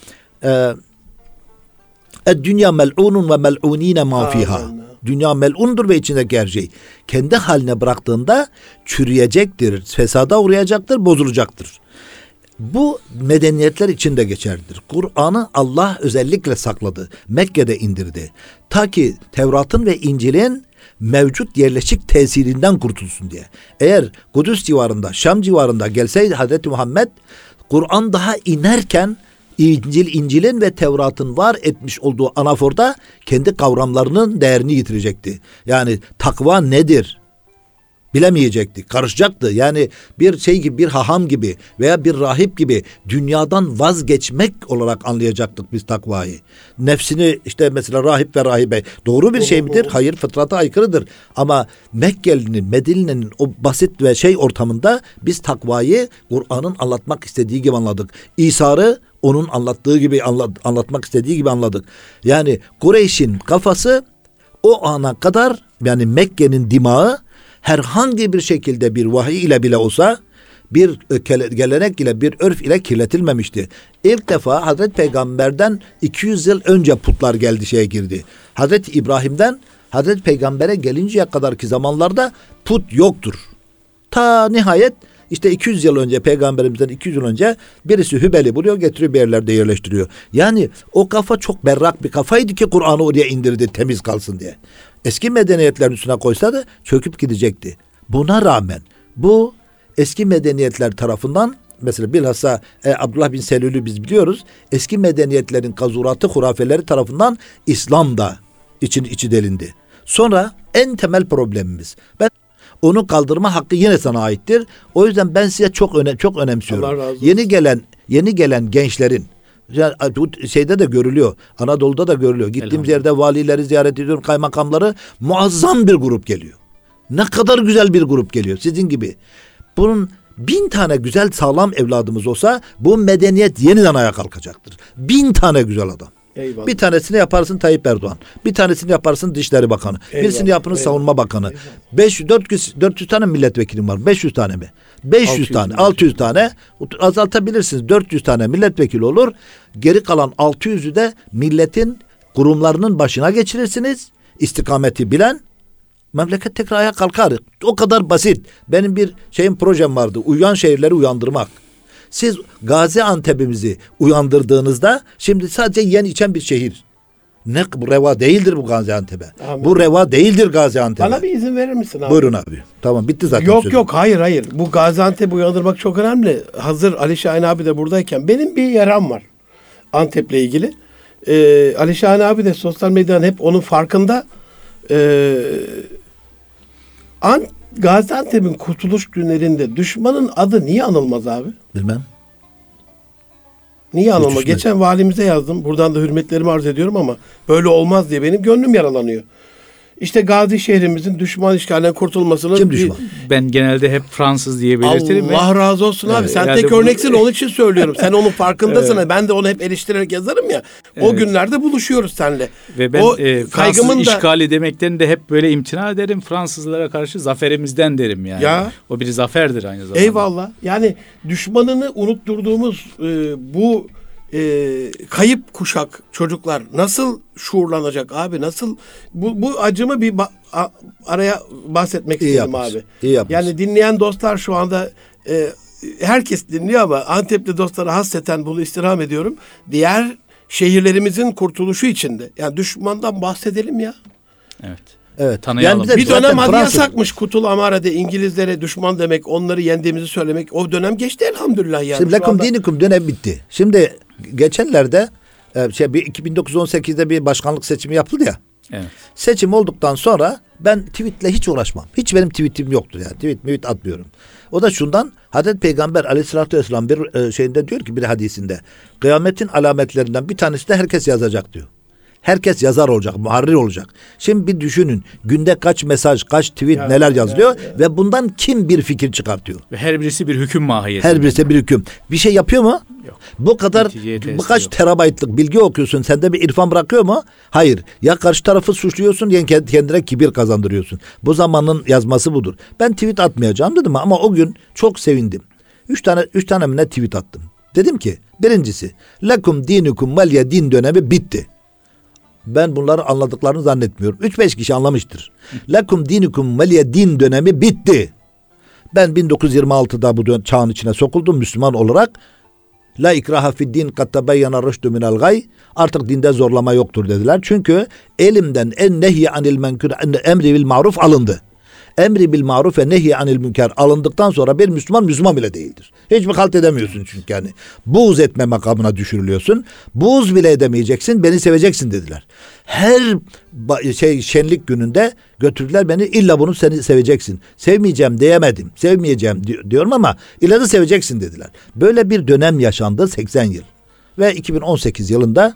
"Dünya mel'unun ve mel'unine ma fiha." Dünya mel'undur ve içindeki her şey. Kendi haline bıraktığında çürüyecektir, fesada uğrayacaktır, bozulacaktır. Bu medeniyetler için de geçerlidir. Kur'an'ı Allah özellikle sakladı. Mekke'de indirdi. Ta ki Tevrat'ın ve İncil'in mevcut yerleşik tesirinden kurtulsun diye. Eğer Kudüs civarında, Şam civarında gelseydi Hazreti Muhammed, Kur'an daha inerken İncil, İncil'in ve Tevrat'ın var etmiş olduğu anaforda kendi kavramlarının değerini yitirecekti. Yani takva nedir? Bilemeyecekti, karışacaktı. Yani bir şey gibi, bir haham gibi veya bir rahip gibi dünyadan vazgeçmek olarak anlayacaktık biz takvayı. Nefsini işte mesela rahip ve rahibe doğru bir şey midir? Hayır, fıtrata aykırıdır. Ama Mekkeli'nin, Medine'nin o basit ve şey ortamında biz takvayı Kur'an'ın anlatmak istediği gibi anladık. İsa'yı onun anlattığı gibi anlat, anlatmak istediği gibi anladık. Yani Kureyş'in kafası o ana kadar, yani Mekke'nin dimağı herhangi bir şekilde bir vahiy ile bile olsa, bir gelenek ile, bir örf ile kirletilmemişti. İlk defa Hazreti Peygamber'den iki yüz yıl önce putlar geldi, şeye girdi. Hazreti İbrahim'den Hazreti Peygamber'e gelinceye kadarki zamanlarda put yoktur. Ta nihayet işte iki yüz yıl önce, Peygamberimizden iki yüz yıl önce birisi Hübel'i buluyor, getiriyor, bir yerlerde yerleştiriyor. Yani o kafa çok berrak bir kafaydı ki Kur'an'ı oraya indirdi, temiz kalsın diye. Eski medeniyetlerin üstüne koysa da çöküp gidecekti. Buna rağmen bu eski medeniyetler tarafından, mesela bilhassa e, Abdullah bin Selül'ü biz biliyoruz. Eski medeniyetlerin kazuratı, hurafeleri tarafından İslam da için içi delindi. Sonra en temel problemimiz, ben onu kaldırma hakkı yine sana aittir. O yüzden ben size çok önem çok önemsiyorum. Yeni gelen yeni gelen gençlerin, yani şeyde de görülüyor. Anadolu'da da görülüyor. Gittiğimiz yerde valileri ziyaret ediyorum, kaymakamları, muazzam bir grup geliyor. Ne kadar güzel bir grup geliyor. Sizin gibi. Bunun bin tane güzel sağlam evladımız olsa bu medeniyet yeniden ayağa kalkacaktır. Bin tane güzel adam. Eyvallah. Bir tanesini yaparsın Tayyip Erdoğan. Bir tanesini yaparsın Dışişleri Bakanı. Eyvallah. Birisini yaparsın Savunma Bakanı. beş yüz dört yüz tane milletvekilim var. beş yüz tane mi? beş yüz tane, altı yüz tane azaltabilirsiniz. dört yüz tane milletvekili olur. Geri kalan altı yüzü de milletin kurumlarının başına geçirirsiniz. İstikameti bilen, memleket tekrar ayağa kalkar. O kadar basit. Benim bir şeyim, projem vardı. Uyuyan şehirleri uyandırmak. Siz Gaziantep'imizi uyandırdığınızda şimdi sadece yiyen içen bir şehir. Ne bu reva değildir bu Gaziantep'e. Bu reva değildir Gaziantep'e. Bana bir izin verir misin abi? Buyurun abi. Tamam, bitti zaten. Yok sözüm. yok hayır hayır. Bu Gaziantep'i uyandırmak çok önemli. Hazır Ali Şahin abi de buradayken benim bir yaram var Antep'le ilgili. Ee, Ali Şahin abi de sosyal medyadan hep onun farkında. Ee, An Gaziantep'in kurtuluş günlerinde düşmanın adı niye anılmaz abi? Bilmem. Niye anılmaz? Geçen valimize yazdım. Buradan da hürmetlerimi arz ediyorum ama böyle olmaz diye benim gönlüm yaralanıyor. İşte Gazi şehrimizin düşman işgalinden kurtulmasının... Kim düşman? Bir, ben genelde hep Fransız diye belirtirim. Allah ve, razı olsun abi. Evet, sen tek örneksin, onun için söylüyorum. Sen onun farkındasın. Evet. Ben de onu hep eleştirerek yazarım ya. Evet. O günlerde buluşuyoruz seninle. Ve ben o, e, Fransız da, işgali demekten de hep böyle imtina ederim. Fransızlara karşı zaferimizden derim yani. Ya, o bir zaferdir aynı zamanda. Eyvallah. Yani düşmanını unutturduğumuz e, bu... Ee, kayıp kuşak çocuklar nasıl şuurlanacak abi, nasıl bu, bu acımı bir ba- a- araya bahsetmek İyi istedim yapmış. Abi. İyi yapmış. Yani dinleyen dostlar şu anda e, herkes dinliyor ama Antepli dostlara hasreten bunu istirham ediyorum. Diğer şehirlerimizin kurtuluşu içinde. Yani düşmandan bahsedelim ya. Evet. Evet. Tanıyalım. Yani bir de Bir dönem zaten hadi Fransız- yasakmış Kutul Amare'de İngilizlere düşman demek, onları yendiğimizi söylemek. O dönem geçti elhamdülillah yani. Şimdi Şu lekum anda- dinikum dönem bitti. Şimdi geçenlerde e, şey bir iki bin dokuz yüz on sekizde bir başkanlık seçimi yapıldı ya. Evet. Seçim olduktan sonra ben tweetle hiç uğraşmam. Hiç benim tweetim yoktur yani. Tweet tweet atmıyorum. O da şundan, Hazreti Peygamber Aleyhisselatü Vesselam bir e, şeyinde diyor ki, bir hadisinde, kıyametin alametlerinden bir tanesi de herkes yazacak diyor. Herkes yazar olacak, muharrir olacak. Şimdi bir düşünün, günde kaç mesaj, kaç tweet, Ya, neler yazılıyor ya, ya. ve bundan kim bir fikir çıkartıyor? Ve her birisi bir hüküm mahiyetinde. Her birisi bir hüküm. Bir şey yapıyor mu? Yok. Bu kadar Neticeye tesiri birkaç yok. terabaytlık bilgi okuyorsun. Sende bir irfan bırakıyor mu? Hayır. Ya karşı tarafı suçluyorsun ya kendine kibir kazandırıyorsun. Bu zamanın yazması budur. Ben tweet atmayacağım dedim ama o gün çok sevindim. Üç tane, üç tane mi ne tweet attım. Dedim ki birincisi, lekum dinukum veliye din dönemi bitti. Ben bunları anladıklarını zannetmiyorum. Üç beş kişi anlamıştır. Lekum dinukum veliye din dönemi bitti. Ben bin dokuz yüz yirmi altıda bu dön- çağın içine sokuldum Müslüman olarak. La ikraha fid din kad tebeyyene rüştü minel gay. Artık dinde zorlama yoktur dediler. Çünkü elimden en nehy anil menkür emri bil maruf alındı. Emri bil maruf ve nehy anil münker alındıktan sonra bir Müslüman Müslüman bile değildir. Hiçbir halt edemiyorsun çünkü yani. Buğz etme makamına düşürülüyorsun. Buğz bile edemeyeceksin, beni seveceksin dediler. Her ba- şey şenlik gününde götürdüler beni, illa bunu seni seveceksin. Sevmeyeceğim diyemedim. Sevmeyeceğim di- diyorum ama illa da seveceksin dediler. Böyle bir dönem yaşandı seksen yıl. Ve iki bin on sekiz yılında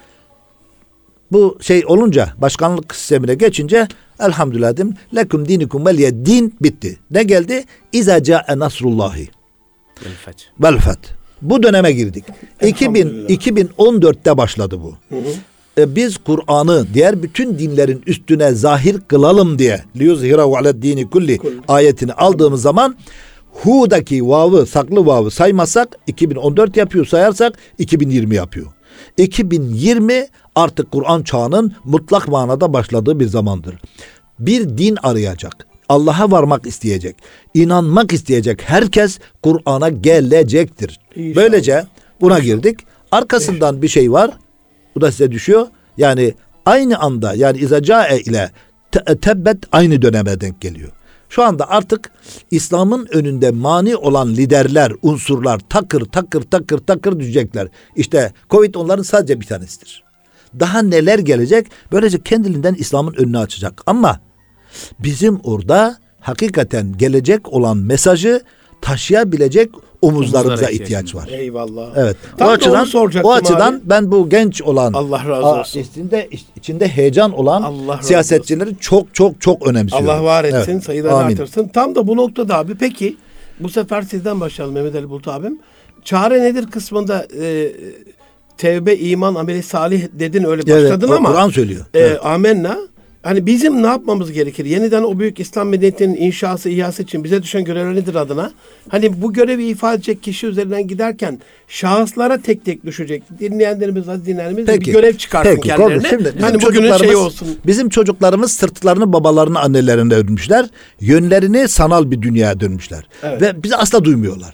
bu şey olunca, başkanlık sistemine geçince elhamdülillah dedim. Lekum dinikum veliye din bitti. Ne geldi? İza ca'e nasrullahi El feth. vel feth. Bu döneme girdik. iki bin, Elhamdülillah. iki bin on dörtte başladı bu. E, biz Kur'an'ı diğer bütün dinlerin üstüne zahir kılalım diye liyuzhirahu ala dini kulli ayetini aldığımız zaman hu'daki vav'ı, saklı vav'ı saymazsak iki bin on dört yapıyor, sayarsak iki bin yirmi yapıyor. iki bin yirmi artık Kur'an çağının mutlak manada başladığı bir zamandır. Bir din arayacak, Allah'a varmak isteyecek, inanmak isteyecek herkes Kur'an'a gelecektir. İnşallah. Böylece buna girdik. Arkasından bir şey var. Bu da size düşüyor. Yani aynı anda, yani izacae ile te- tebbet aynı döneme denk geliyor. Şu anda artık İslam'ın önünde mani olan liderler, unsurlar takır takır takır takır düşecekler. İşte Covid onların sadece bir tanesidir. Daha neler gelecek? Böylece kendiliğinden İslam'ın önünü açacak. Ama bizim orada hakikaten gelecek olan mesajı taşıyabilecek omuzlarımıza Omuzlara ihtiyaç ihtiyaç var. Eyvallah. Evet. Tam o da açıdan onu soracaktım o açıdan abi. ben bu genç olan, Allah razı a- olsun. içinde içinde heyecan olan Allah razı siyasetçileri çok çok çok önemsiyorum. Allah var etsin, Evet. sayılarını Amin. artırsın. Tam da bu noktada abi, peki bu sefer sizden başlayalım Mehmet Ali Bulut abim. Çare nedir kısmında e, tevbe, iman, ameli salih dedin, öyle Evet, başladın o ama Kur'an söylüyor. e, Evet. amenna. Hani bizim ne yapmamız gerekir? Yeniden o büyük İslam medeniyetinin inşası, ihyası için bize düşen görevler nedir adına? Hani bu görevi ifade edecek kişi üzerinden giderken şahıslara tek tek düşecek. Dinleyenlerimiz, az dinleyenlerimiz de bir görev çıkarsın Peki, kendilerine. Şimdi bizim Hani bugünün çocuklarımız- şeyi olsun. Bizim çocuklarımız sırtlarını babalarını annelerine dönmüşler. Yönlerini sanal bir dünyaya dönmüşler. Evet. Ve bizi asla duymuyorlar.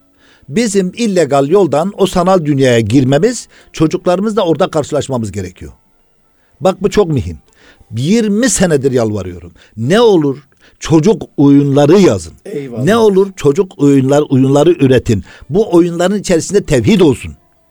Bizim illegal yoldan o sanal dünyaya girmemiz, çocuklarımızla orada karşılaşmamız gerekiyor. Bak bu çok mühim. yirmi senedir yalvarıyorum. Ne olur çocuk oyunları yazın. Eyvallah. Ne olur çocuk oyunlar oyunları üretin. Bu oyunların içerisinde tevhid olsun.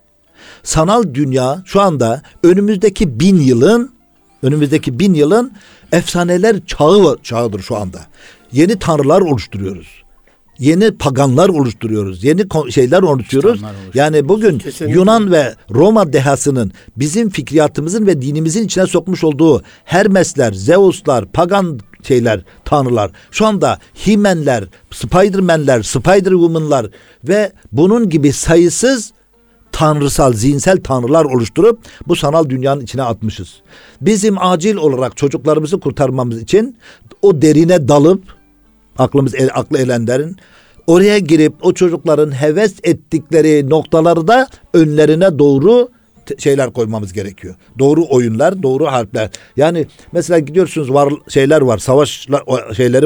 Sanal dünya şu anda önümüzdeki bin yılın önümüzdeki bin yılın efsaneler çağı çağıdır şu anda. Yeni tanrılar oluşturuyoruz. Yeni paganlar oluşturuyoruz. Yeni ko- şeyler oluşturuyoruz. Titanlar oluşturuyoruz. Yani bugün Kesinlikle. Yunan ve Roma dehasının bizim fikriyatımızın ve dinimizin içine sokmuş olduğu Hermesler, Zeuslar, pagan şeyler, tanrılar, şu anda He-Man'ler, Spider-Man'ler, Spider-Woman'lar ve bunun gibi sayısız tanrısal, zihinsel tanrılar oluşturup bu sanal dünyanın içine atmışız. Bizim acil olarak çocuklarımızı kurtarmamız için o derine dalıp, aklımız el, aklı elenlerin oraya girip o çocukların heves ettikleri noktaları da önlerine doğru te- şeyler koymamız gerekiyor. Doğru oyunlar, doğru harfler. Yani mesela gidiyorsunuz, var şeyler var, savaş şeyleri var.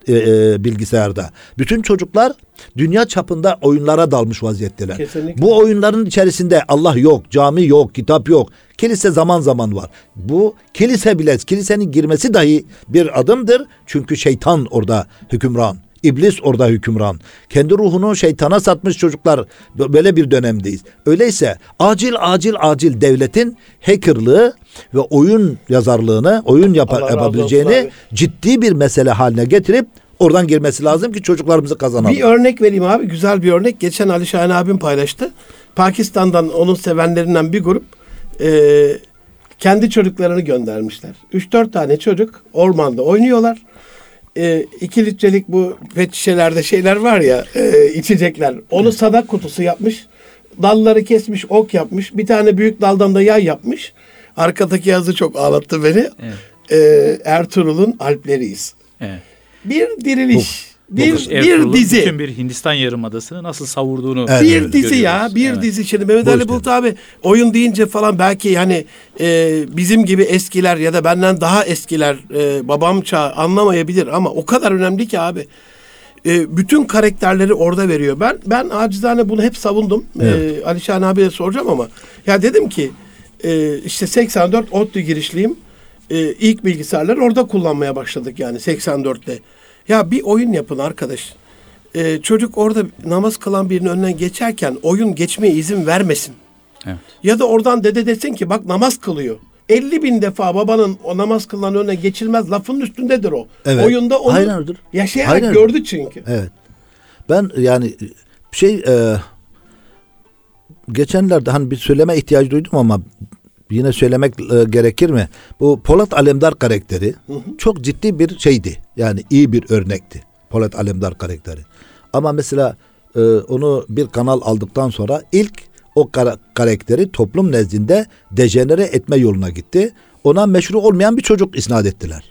e, e, bilgisayarda. Bütün çocuklar dünya çapında oyunlara dalmış vaziyetteler. Kesinlikle. Bu oyunların içerisinde Allah yok, cami yok, kitap yok. Kilise zaman zaman var. Bu kilise bile, kilisenin girmesi dahi bir adımdır. Çünkü şeytan orada hükümran. İblis orada hükümran. Kendi ruhunu şeytana satmış çocuklar, böyle bir dönemdeyiz. Öyleyse acil acil acil devletin hackerlığı ve oyun yazarlığını, oyun yap- Allah razı olsun yapabileceğini abi. ciddi bir mesele haline getirip oradan girmesi lazım ki çocuklarımızı kazanalım. Bir örnek vereyim abi. Güzel bir örnek. Geçen Ali Şahin abim paylaştı. Pakistan'dan onun sevenlerinden bir grup e, kendi çocuklarını göndermişler. üç dört tane çocuk ormanda oynuyorlar. E, iki litrelik bu pet şişelerde şeyler var ya, e, içecekler. Onu sadak kutusu yapmış. Dalları kesmiş, ok yapmış. Bir tane büyük daldan da yay yapmış. Arkadaki yazı çok ağlattı beni. Evet. E, Ertuğrul'un Alpleriyiz. Evet. Bir diriliş. Bir, Dokuz bir Ertuğrul'un dizi. bütün bir Hindistan yarımadasını nasıl savurduğunu Evet, bir evet. dizi ya, görüyoruz. bir Evet. dizi. Şimdi Mehmet Bu Ali işte. Bulut abi oyun deyince falan belki hani e, bizim gibi eskiler ya da benden daha eskiler, e, babam çağı anlamayabilir ama o kadar önemli ki abi. E, bütün karakterleri orada veriyor. Ben ben acizane bunu hep savundum. Evet. E, Alişan abiye soracağım ama ya dedim ki e, işte seksen dört ODTÜ girişliyim. E, ilk bilgisayarları orada kullanmaya başladık yani seksen dörtte. Ya bir oyun yapın arkadaş. Ee, çocuk orada namaz kılan birinin önünden geçerken oyun geçmeye izin vermesin. Evet. Ya da oradan dede desin ki bak namaz kılıyor. elli bin defa babanın o namaz kılan önüne geçilmez lafının üstündedir o. Evet. Oyunda onu Aynen öyledir. yaşayarak Aynen. gördü çünkü. Evet. Ben yani şey e, geçenlerde hani bir söyleme ihtiyacı duydum ama yine söylemek e, gerekir mi? Bu Polat Alemdar karakteri Hı hı. çok ciddi bir şeydi. Yani iyi bir örnekti. Polat Alemdar karakteri. Ama mesela e, onu bir kanal aldıktan sonra ilk o kara- karakteri toplum nezdinde dejenere etme yoluna gitti. Ona meşru olmayan bir çocuk isnat ettiler.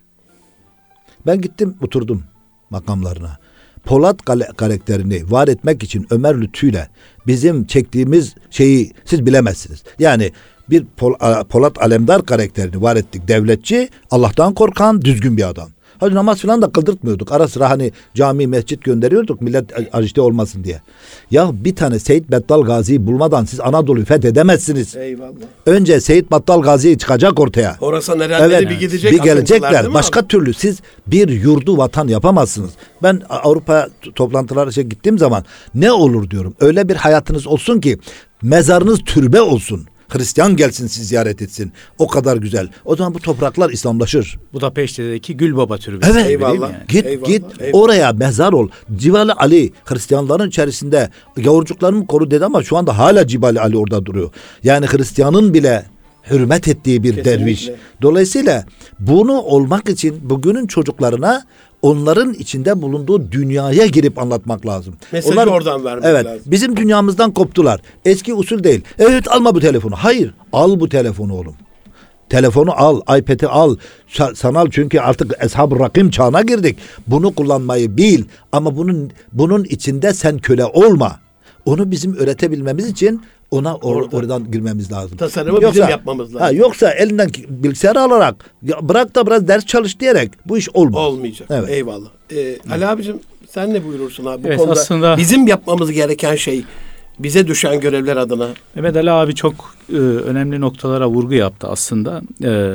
Ben gittim oturdum makamlarına. Polat kale- karakterini var etmek için Ömer Lütfü'yle bizim çektiğimiz şeyi siz bilemezsiniz. Yani bir Pol- Polat Alemdar karakterini var ettik. Devletçi, Allah'tan korkan, düzgün bir adam. Hadi namaz falan da kıldırtmıyorduk. Ara sıra hani cami, mescit gönderiyorduk millet acite olmasın diye. Ya bir tane Seyit Battal Gazi'yi bulmadan siz Anadolu'yu fethedemezsiniz. Eyvallah. Önce Seyit Battal Gazi çıkacak ortaya. Horasan herhalde Evet, bir gidecek. bir akıntılar, gelecekler. değil mi Başka abi? türlü siz bir yurdu vatan yapamazsınız. Ben Avrupa toplantılara şey gittiğim zaman ne olur diyorum. Öyle bir hayatınız olsun ki mezarınız türbe olsun. Hristiyan gelsin sizi ziyaret etsin. O kadar güzel. O zaman bu topraklar İslamlaşır. Budapeşte'deki Gülbaba Türbesi. Evet. gibi değil mi Eyvallah. yani? Git Eyvallah, git eyvallah. oraya mezar ol. Cibali Ali Hristiyanların içerisinde gavurcuklarını koru dedi ama şu anda hala Cibali Ali orada duruyor. Yani Hristiyanın bile hürmet ettiği bir Kesinlikle. derviş. Dolayısıyla bunu olmak için bugünün çocuklarına onların içinde bulunduğu dünyaya girip anlatmak lazım. Mesajı oradan vermek evet, lazım. bizim dünyamızdan koptular. Eski usul değil. Evet alma bu telefonu. Hayır al bu telefonu oğlum. Telefonu al, iPad'i al, sa- sanal çünkü artık Eshab-ı Rakim çağına girdik. Bunu kullanmayı bil ama bunun bunun içinde sen köle olma. Onu bizim öğretebilmemiz için ona or- Orada. oradan girmemiz lazım. Tasarımı bizim yapmamız lazım. Ha, yoksa elinden bilgisayarı alarak ya bırak da biraz ders çalış diyerek bu iş olmaz. Olmayacak. Evet. Eyvallah. Ee, Ali abicim sen ne buyurursun abi bu Evet, konuda? aslında- Bizim yapmamız gereken şey bize düşen görevler adına. Mehmet Ali abi çok e, önemli noktalara vurgu yaptı aslında. E,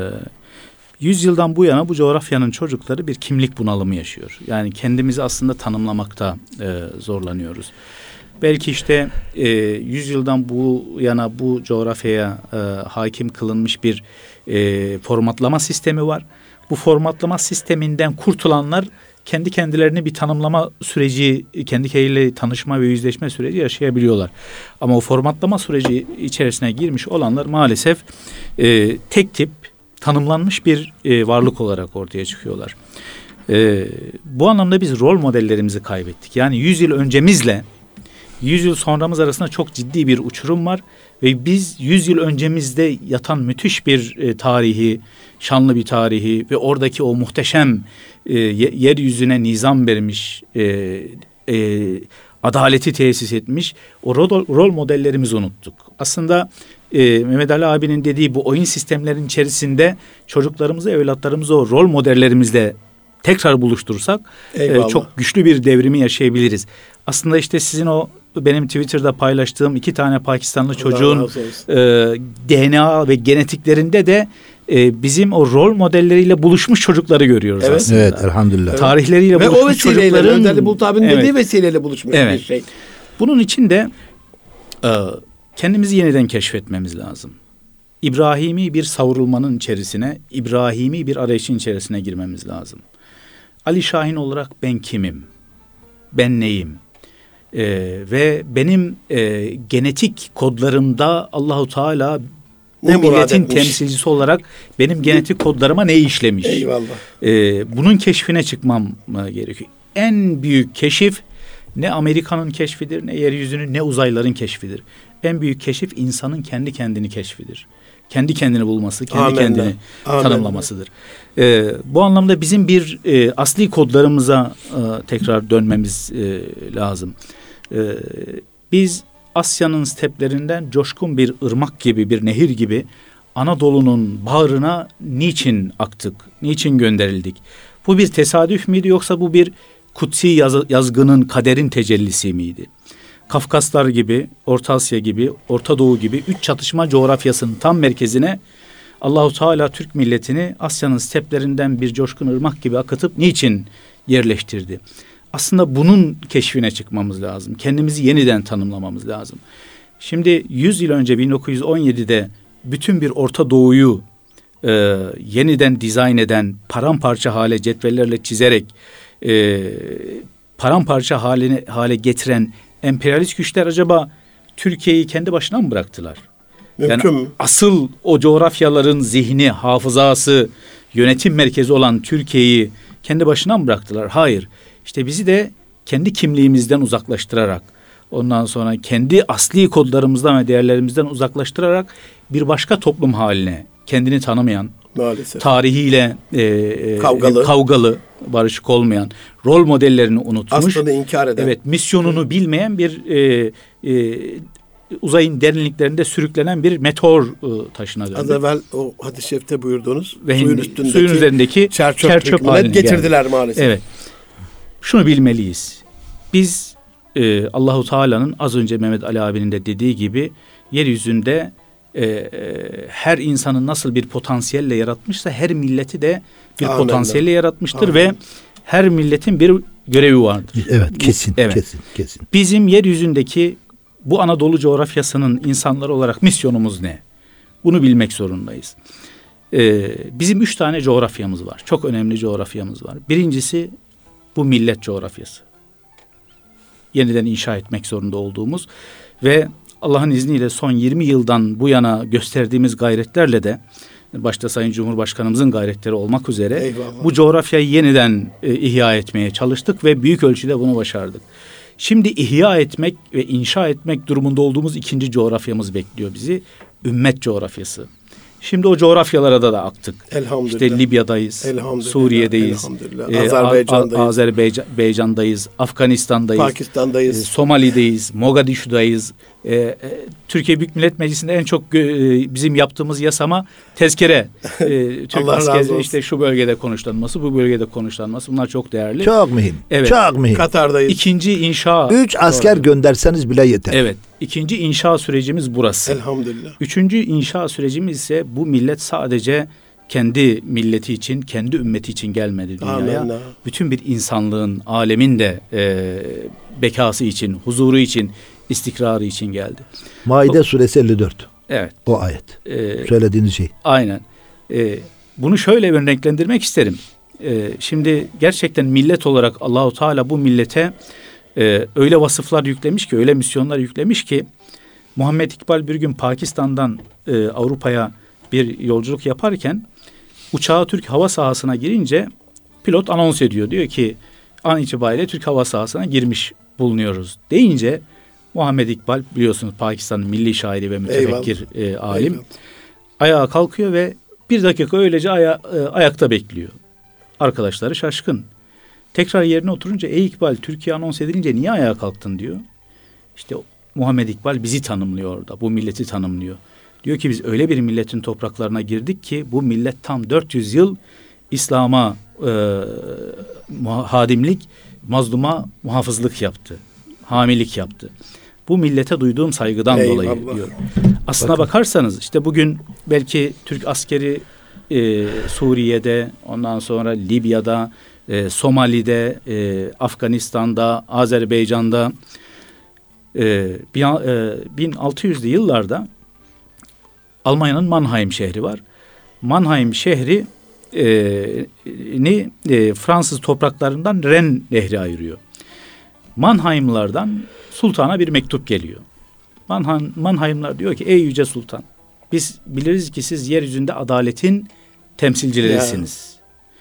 yüz yıldan bu yana bu coğrafyanın çocukları bir kimlik bunalımı yaşıyor. Yani kendimizi aslında tanımlamakta e, zorlanıyoruz. Belki işte e, yüz yıldan bu yana bu coğrafyaya e, hakim kılınmış bir e, formatlama sistemi var. Bu formatlama sisteminden kurtulanlar kendi kendilerini bir tanımlama süreci, kendi kendiyle tanışma ve yüzleşme süreci yaşayabiliyorlar. Ama o formatlama süreci içerisine girmiş olanlar maalesef e, tek tip tanımlanmış bir e, varlık olarak ortaya çıkıyorlar. E, bu anlamda biz rol modellerimizi kaybettik. Yani yüz yıl öncemizle yüz yıl sonramız arasında çok ciddi bir uçurum var ve biz yüz yıl öncemizde yatan müthiş bir e, tarihi, şanlı bir tarihi ve oradaki o muhteşem e, yeryüzüne nizam vermiş, e, e, adaleti tesis etmiş o rol, rol modellerimizi unuttuk. Aslında e, Mehmet Ali abinin dediği bu oyun sistemlerin içerisinde çocuklarımızı, evlatlarımızı o rol modellerimizle tekrar buluşturursak e, çok güçlü bir devrimi yaşayabiliriz. Aslında işte sizin o benim Twitter'da paylaştığım iki tane Pakistanlı çocuğun e, D N A ve genetiklerinde de e, bizim o rol modelleriyle buluşmuş çocukları görüyoruz evet. aslında. Evet, elhamdülillah. Tarihleriyle ve buluşmuş o vesileyle, çocukların. Önder Ali Bulut abinin evet. dediği vesileyle buluşmuş evet. bir şey. Bunun için de e, kendimizi yeniden keşfetmemiz lazım. İbrahimi bir savrulmanın içerisine, İbrahimi bir arayışın içerisine girmemiz lazım. Ali Şahin olarak ben kimim? Ben neyim? Ee, ve benim e, genetik kodlarımda Allahu Teala bu ne milletin temsilcisi olarak benim genetik kodlarıma ne işlemiş? Eyvallah. Ee, bunun keşfine çıkmam gerekiyor. En büyük keşif ne Amerika'nın keşfidir, ne yeryüzünün, ne uzayların keşfidir. En büyük keşif insanın kendi kendini keşfidir. Kendi kendini bulması, kendi Amenna. kendini Amenna. tanımlamasıdır. Ee, bu anlamda bizim bir e, asli kodlarımıza e, tekrar dönmemiz e, lazım. E, biz Asya'nın steplerinden coşkun bir ırmak gibi, bir nehir gibi Anadolu'nun bağrına niçin aktık, niçin gönderildik? Bu bir tesadüf müydü yoksa bu bir kutsi yaz, yazgının, kaderin tecellisi miydi? Kafkaslar gibi, Orta Asya gibi, Orta Doğu gibi üç çatışma coğrafyasının tam merkezine Allahu Teala Türk milletini Asya'nın steplerinden bir coşkun ırmak gibi akıtıp niçin yerleştirdi? Aslında bunun keşfine çıkmamız lazım. Kendimizi yeniden tanımlamamız lazım. Şimdi yüz yıl önce bin dokuz yüz on yedide bütün bir Orta Doğu'yu e, yeniden dizayn eden, paramparça hale cetvellerle çizerek e, paramparça haline, hale getiren emperyalist güçler acaba Türkiye'yi kendi başına mı bıraktılar? Mümkün yani mü? Asıl o coğrafyaların zihni, hafızası, yönetim merkezi olan Türkiye'yi kendi başına mı bıraktılar? Hayır. İşte bizi de kendi kimliğimizden uzaklaştırarak, ondan sonra kendi asli kodlarımızdan ve değerlerimizden uzaklaştırarak bir başka toplum haline kendini tanımayan, maalesef tarihiyle e, kavgalı. E, kavgalı, barışık olmayan, rol modellerini unutmuş, aslını inkar eden, evet, misyonunu bilmeyen bir e, e, uzayın derinliklerinde sürüklenen bir meteor e, taşına döndü. Az evvel o hadis-i şerifte buyurduğunuz ve suyun üstündeki, suyun üzerindeki çerçöp, çerçöp haline getirdiler geldi. maalesef. Evet. Şunu bilmeliyiz. Biz e, Allahu Teala'nın az önce Mehmet Ali abinin de dediği gibi yeryüzünde e, e, her insanın nasıl bir potansiyelle yaratmışsa her milleti de bir Amin. potansiyelle yaratmıştır. Amin. Ve her milletin bir görevi vardır. Evet, kesin, evet. kesin, kesin. Bizim yeryüzündeki bu Anadolu coğrafyasının insanları olarak misyonumuz ne? Bunu bilmek zorundayız. Ee, bizim üç tane coğrafyamız var. Çok önemli coğrafyamız var. Birincisi bu millet coğrafyası. Yeniden inşa etmek zorunda olduğumuz ve Allah'ın izniyle son yirmi yıldan bu yana gösterdiğimiz gayretlerle de başta Sayın Cumhurbaşkanımızın gayretleri olmak üzere Eyvallah. bu coğrafyayı yeniden e, ihya etmeye çalıştık ve büyük ölçüde bunu başardık. Şimdi ihya etmek ve inşa etmek durumunda olduğumuz ikinci coğrafyamız bekliyor bizi. Ümmet coğrafyası. Şimdi o coğrafyalara da, da aktık. Elhamdülillah. İşte Libya'dayız, Elhamdülillah. Suriye'deyiz, Elhamdülillah. E, Azerbaycan'dayız, A- Azerbaycan'dayız, Afganistan'dayız, Pakistan'dayız, e, Somali'deyiz, Mogadishu'dayız. E, e, Türkiye Büyük Millet Meclisi'nde en çok e, bizim yaptığımız yasama tezkere. E, Türk askeri işte şu bölgede konuşlanması, bu bölgede konuşlanması, bunlar çok değerli. Çok mühim. Evet. Çok mühim. Katar'dayız. İkinci inşa. Üç asker Doğru. gönderseniz bile yeter. Evet. İkinci inşa sürecimiz burası. Elhamdülillah. Üçüncü inşa sürecimiz ise bu millet sadece kendi milleti için, kendi ümmeti için gelmedi dünyaya. Amenna. Bütün bir insanlığın, alemin de e, bekası için, huzuru için, istikrarı için geldi. Maide o, suresi elli dört. Evet. O ayet. E, Söylediğiniz şey. Aynen. E, bunu şöyle örneklendirmek isterim. E, şimdi gerçekten millet olarak Allahu Teala bu millete e, öyle vasıflar yüklemiş ki, öyle misyonlar yüklemiş ki, Muhammed İkbal bir gün Pakistan'dan e, Avrupa'ya bir yolculuk yaparken uçağı Türk hava sahasına girince pilot anons ediyor. Diyor ki an itibariyle Türk hava sahasına girmiş bulunuyoruz deyince Muhammed İkbal biliyorsunuz Pakistan'ın milli şairi ve mütefekkir e, alim Eyvallah. ayağa kalkıyor ve bir dakika öylece aya, e, ayakta bekliyor. Arkadaşları şaşkın. Tekrar yerine oturunca ey İkbal Türkiye anons edilince niye ayağa kalktın diyor. İşte Muhammed İkbal bizi tanımlıyor orada. Bu milleti tanımlıyor. Diyor ki biz öyle bir milletin topraklarına girdik ki bu millet tam dört yüz yıl İslam'a e, muha- hadimlik, mazluma muhafızlık yaptı. Hamilik yaptı. Bu millete duyduğum saygıdan Eyvallah. dolayı diyorum. Aslına bakarsanız işte bugün belki Türk askeri e, Suriye'de, ondan sonra Libya'da, e, Somali'de, e, Afganistan'da, Azerbaycan'da e, bin, e, bin altı yüzlü yıllarda Almanya'nın Mannheim şehri var. Mannheim şehri e, ni e, Fransız topraklarından Ren Nehri ayırıyor. Mannheimlardan sultana bir mektup geliyor. Mannheim, Mannheimlar diyor ki ey yüce sultan, biz biliriz ki siz yeryüzünde adaletin temsilcilerisiniz.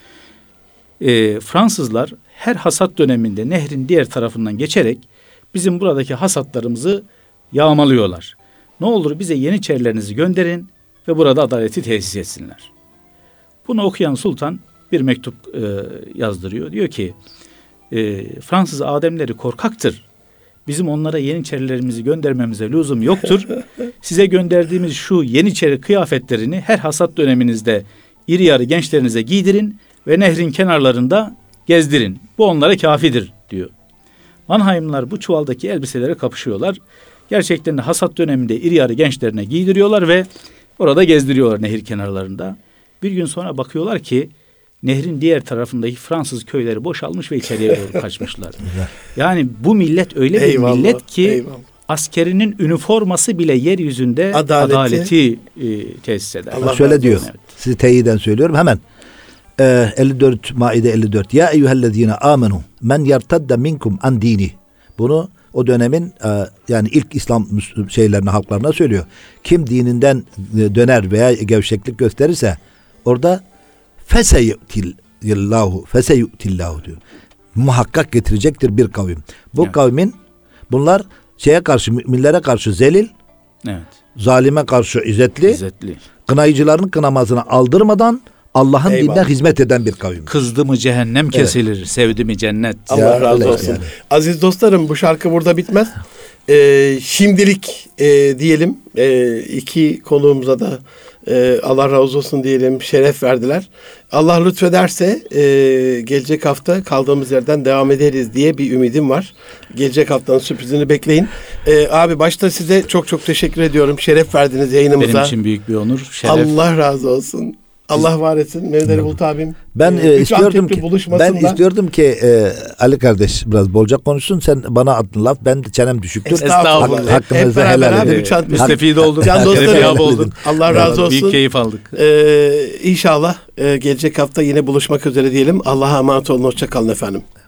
E, Fransızlar her hasat döneminde nehrin diğer tarafından geçerek bizim buradaki hasatlarımızı yağmalıyorlar. Ne olur bize yeniçerilerinizi gönderin ve burada adaleti tesis etsinler. Bunu okuyan sultan bir mektup e, yazdırıyor. Diyor ki e, Fransız ademleri korkaktır. Bizim onlara yeniçerilerimizi göndermemize lüzum yoktur. Size gönderdiğimiz şu yeniçeri kıyafetlerini her hasat döneminizde iri yarı gençlerinize giydirin ve nehrin kenarlarında gezdirin. Bu onlara kafidir diyor. Mannheimlar bu çuvaldaki elbiselere kapışıyorlar. Gerçekten de hasat döneminde iri yarı gençlerine giydiriyorlar ve orada gezdiriyorlar nehir kenarlarında. Bir gün sonra bakıyorlar ki nehrin diğer tarafındaki Fransız köyleri boşalmış ve içeriye doğru kaçmışlar. Yani bu millet öyle Eyvallah, bir millet ki eyvallah. askerinin üniforması bile yeryüzünde Adaleti, adaleti e, tesis eder. Allah Şöyle razı diyor. olsun. Evet. Sizi teyiden söylüyorum hemen. Ee, elli dört Maide elli dört. Ya eyyühellezine amenu men yertedde minkum an dini. Bunu o dönemin e, yani ilk İslam müs- şeylerine, halklarına söylüyor. Kim dininden e, döner veya gevşeklik gösterirse orada feseyutillahu feseyutillahu diyor. Muhakkak getirecektir bir kavim. Bu Evet. kavmin bunlar şeye karşı, müminlere karşı zelil, Evet. zalime karşı izzetli, İzzetli. kınayıcıların kınamasını aldırmadan Allah'ın Eyvallah. dinine hizmet eden bir kavim. Kızdı mı cehennem kesilir, sevdi mi cennet. Allah Ya, razı öyle olsun. yani. Aziz dostlarım, bu şarkı burada bitmez. Ee, şimdilik e, diyelim e, iki konuğumuza da e, Allah razı olsun diyelim, şeref verdiler. Allah lütfederse e, gelecek hafta kaldığımız yerden devam ederiz diye bir ümidim var. Gelecek haftanın sürprizini bekleyin. E, abi başta size çok çok teşekkür ediyorum. Şeref verdiniz yayınımıza. Benim için büyük bir onur, şeref. Allah razı olsun. Allah var etsin. Mehmet Ali Bulut abim. Ben e, e, üç istiyordum Antepli ki buluşmasında- ben istiyordum ki e, Ali kardeş biraz bolca konuşsun. Sen bana attın laf. Ben de çenem düşüktür. Estağfurullah. Hak- Hep hakkınızı beraber helal abi, edin. üç Antepli. Müstefid olduk. Can dostlarım. Refiyab olduk. Allah razı olsun. Büyük keyif aldık. Ee, inşallah e, gelecek hafta yine buluşmak üzere diyelim. Allah'a emanet olun. Hoşça kalın efendim.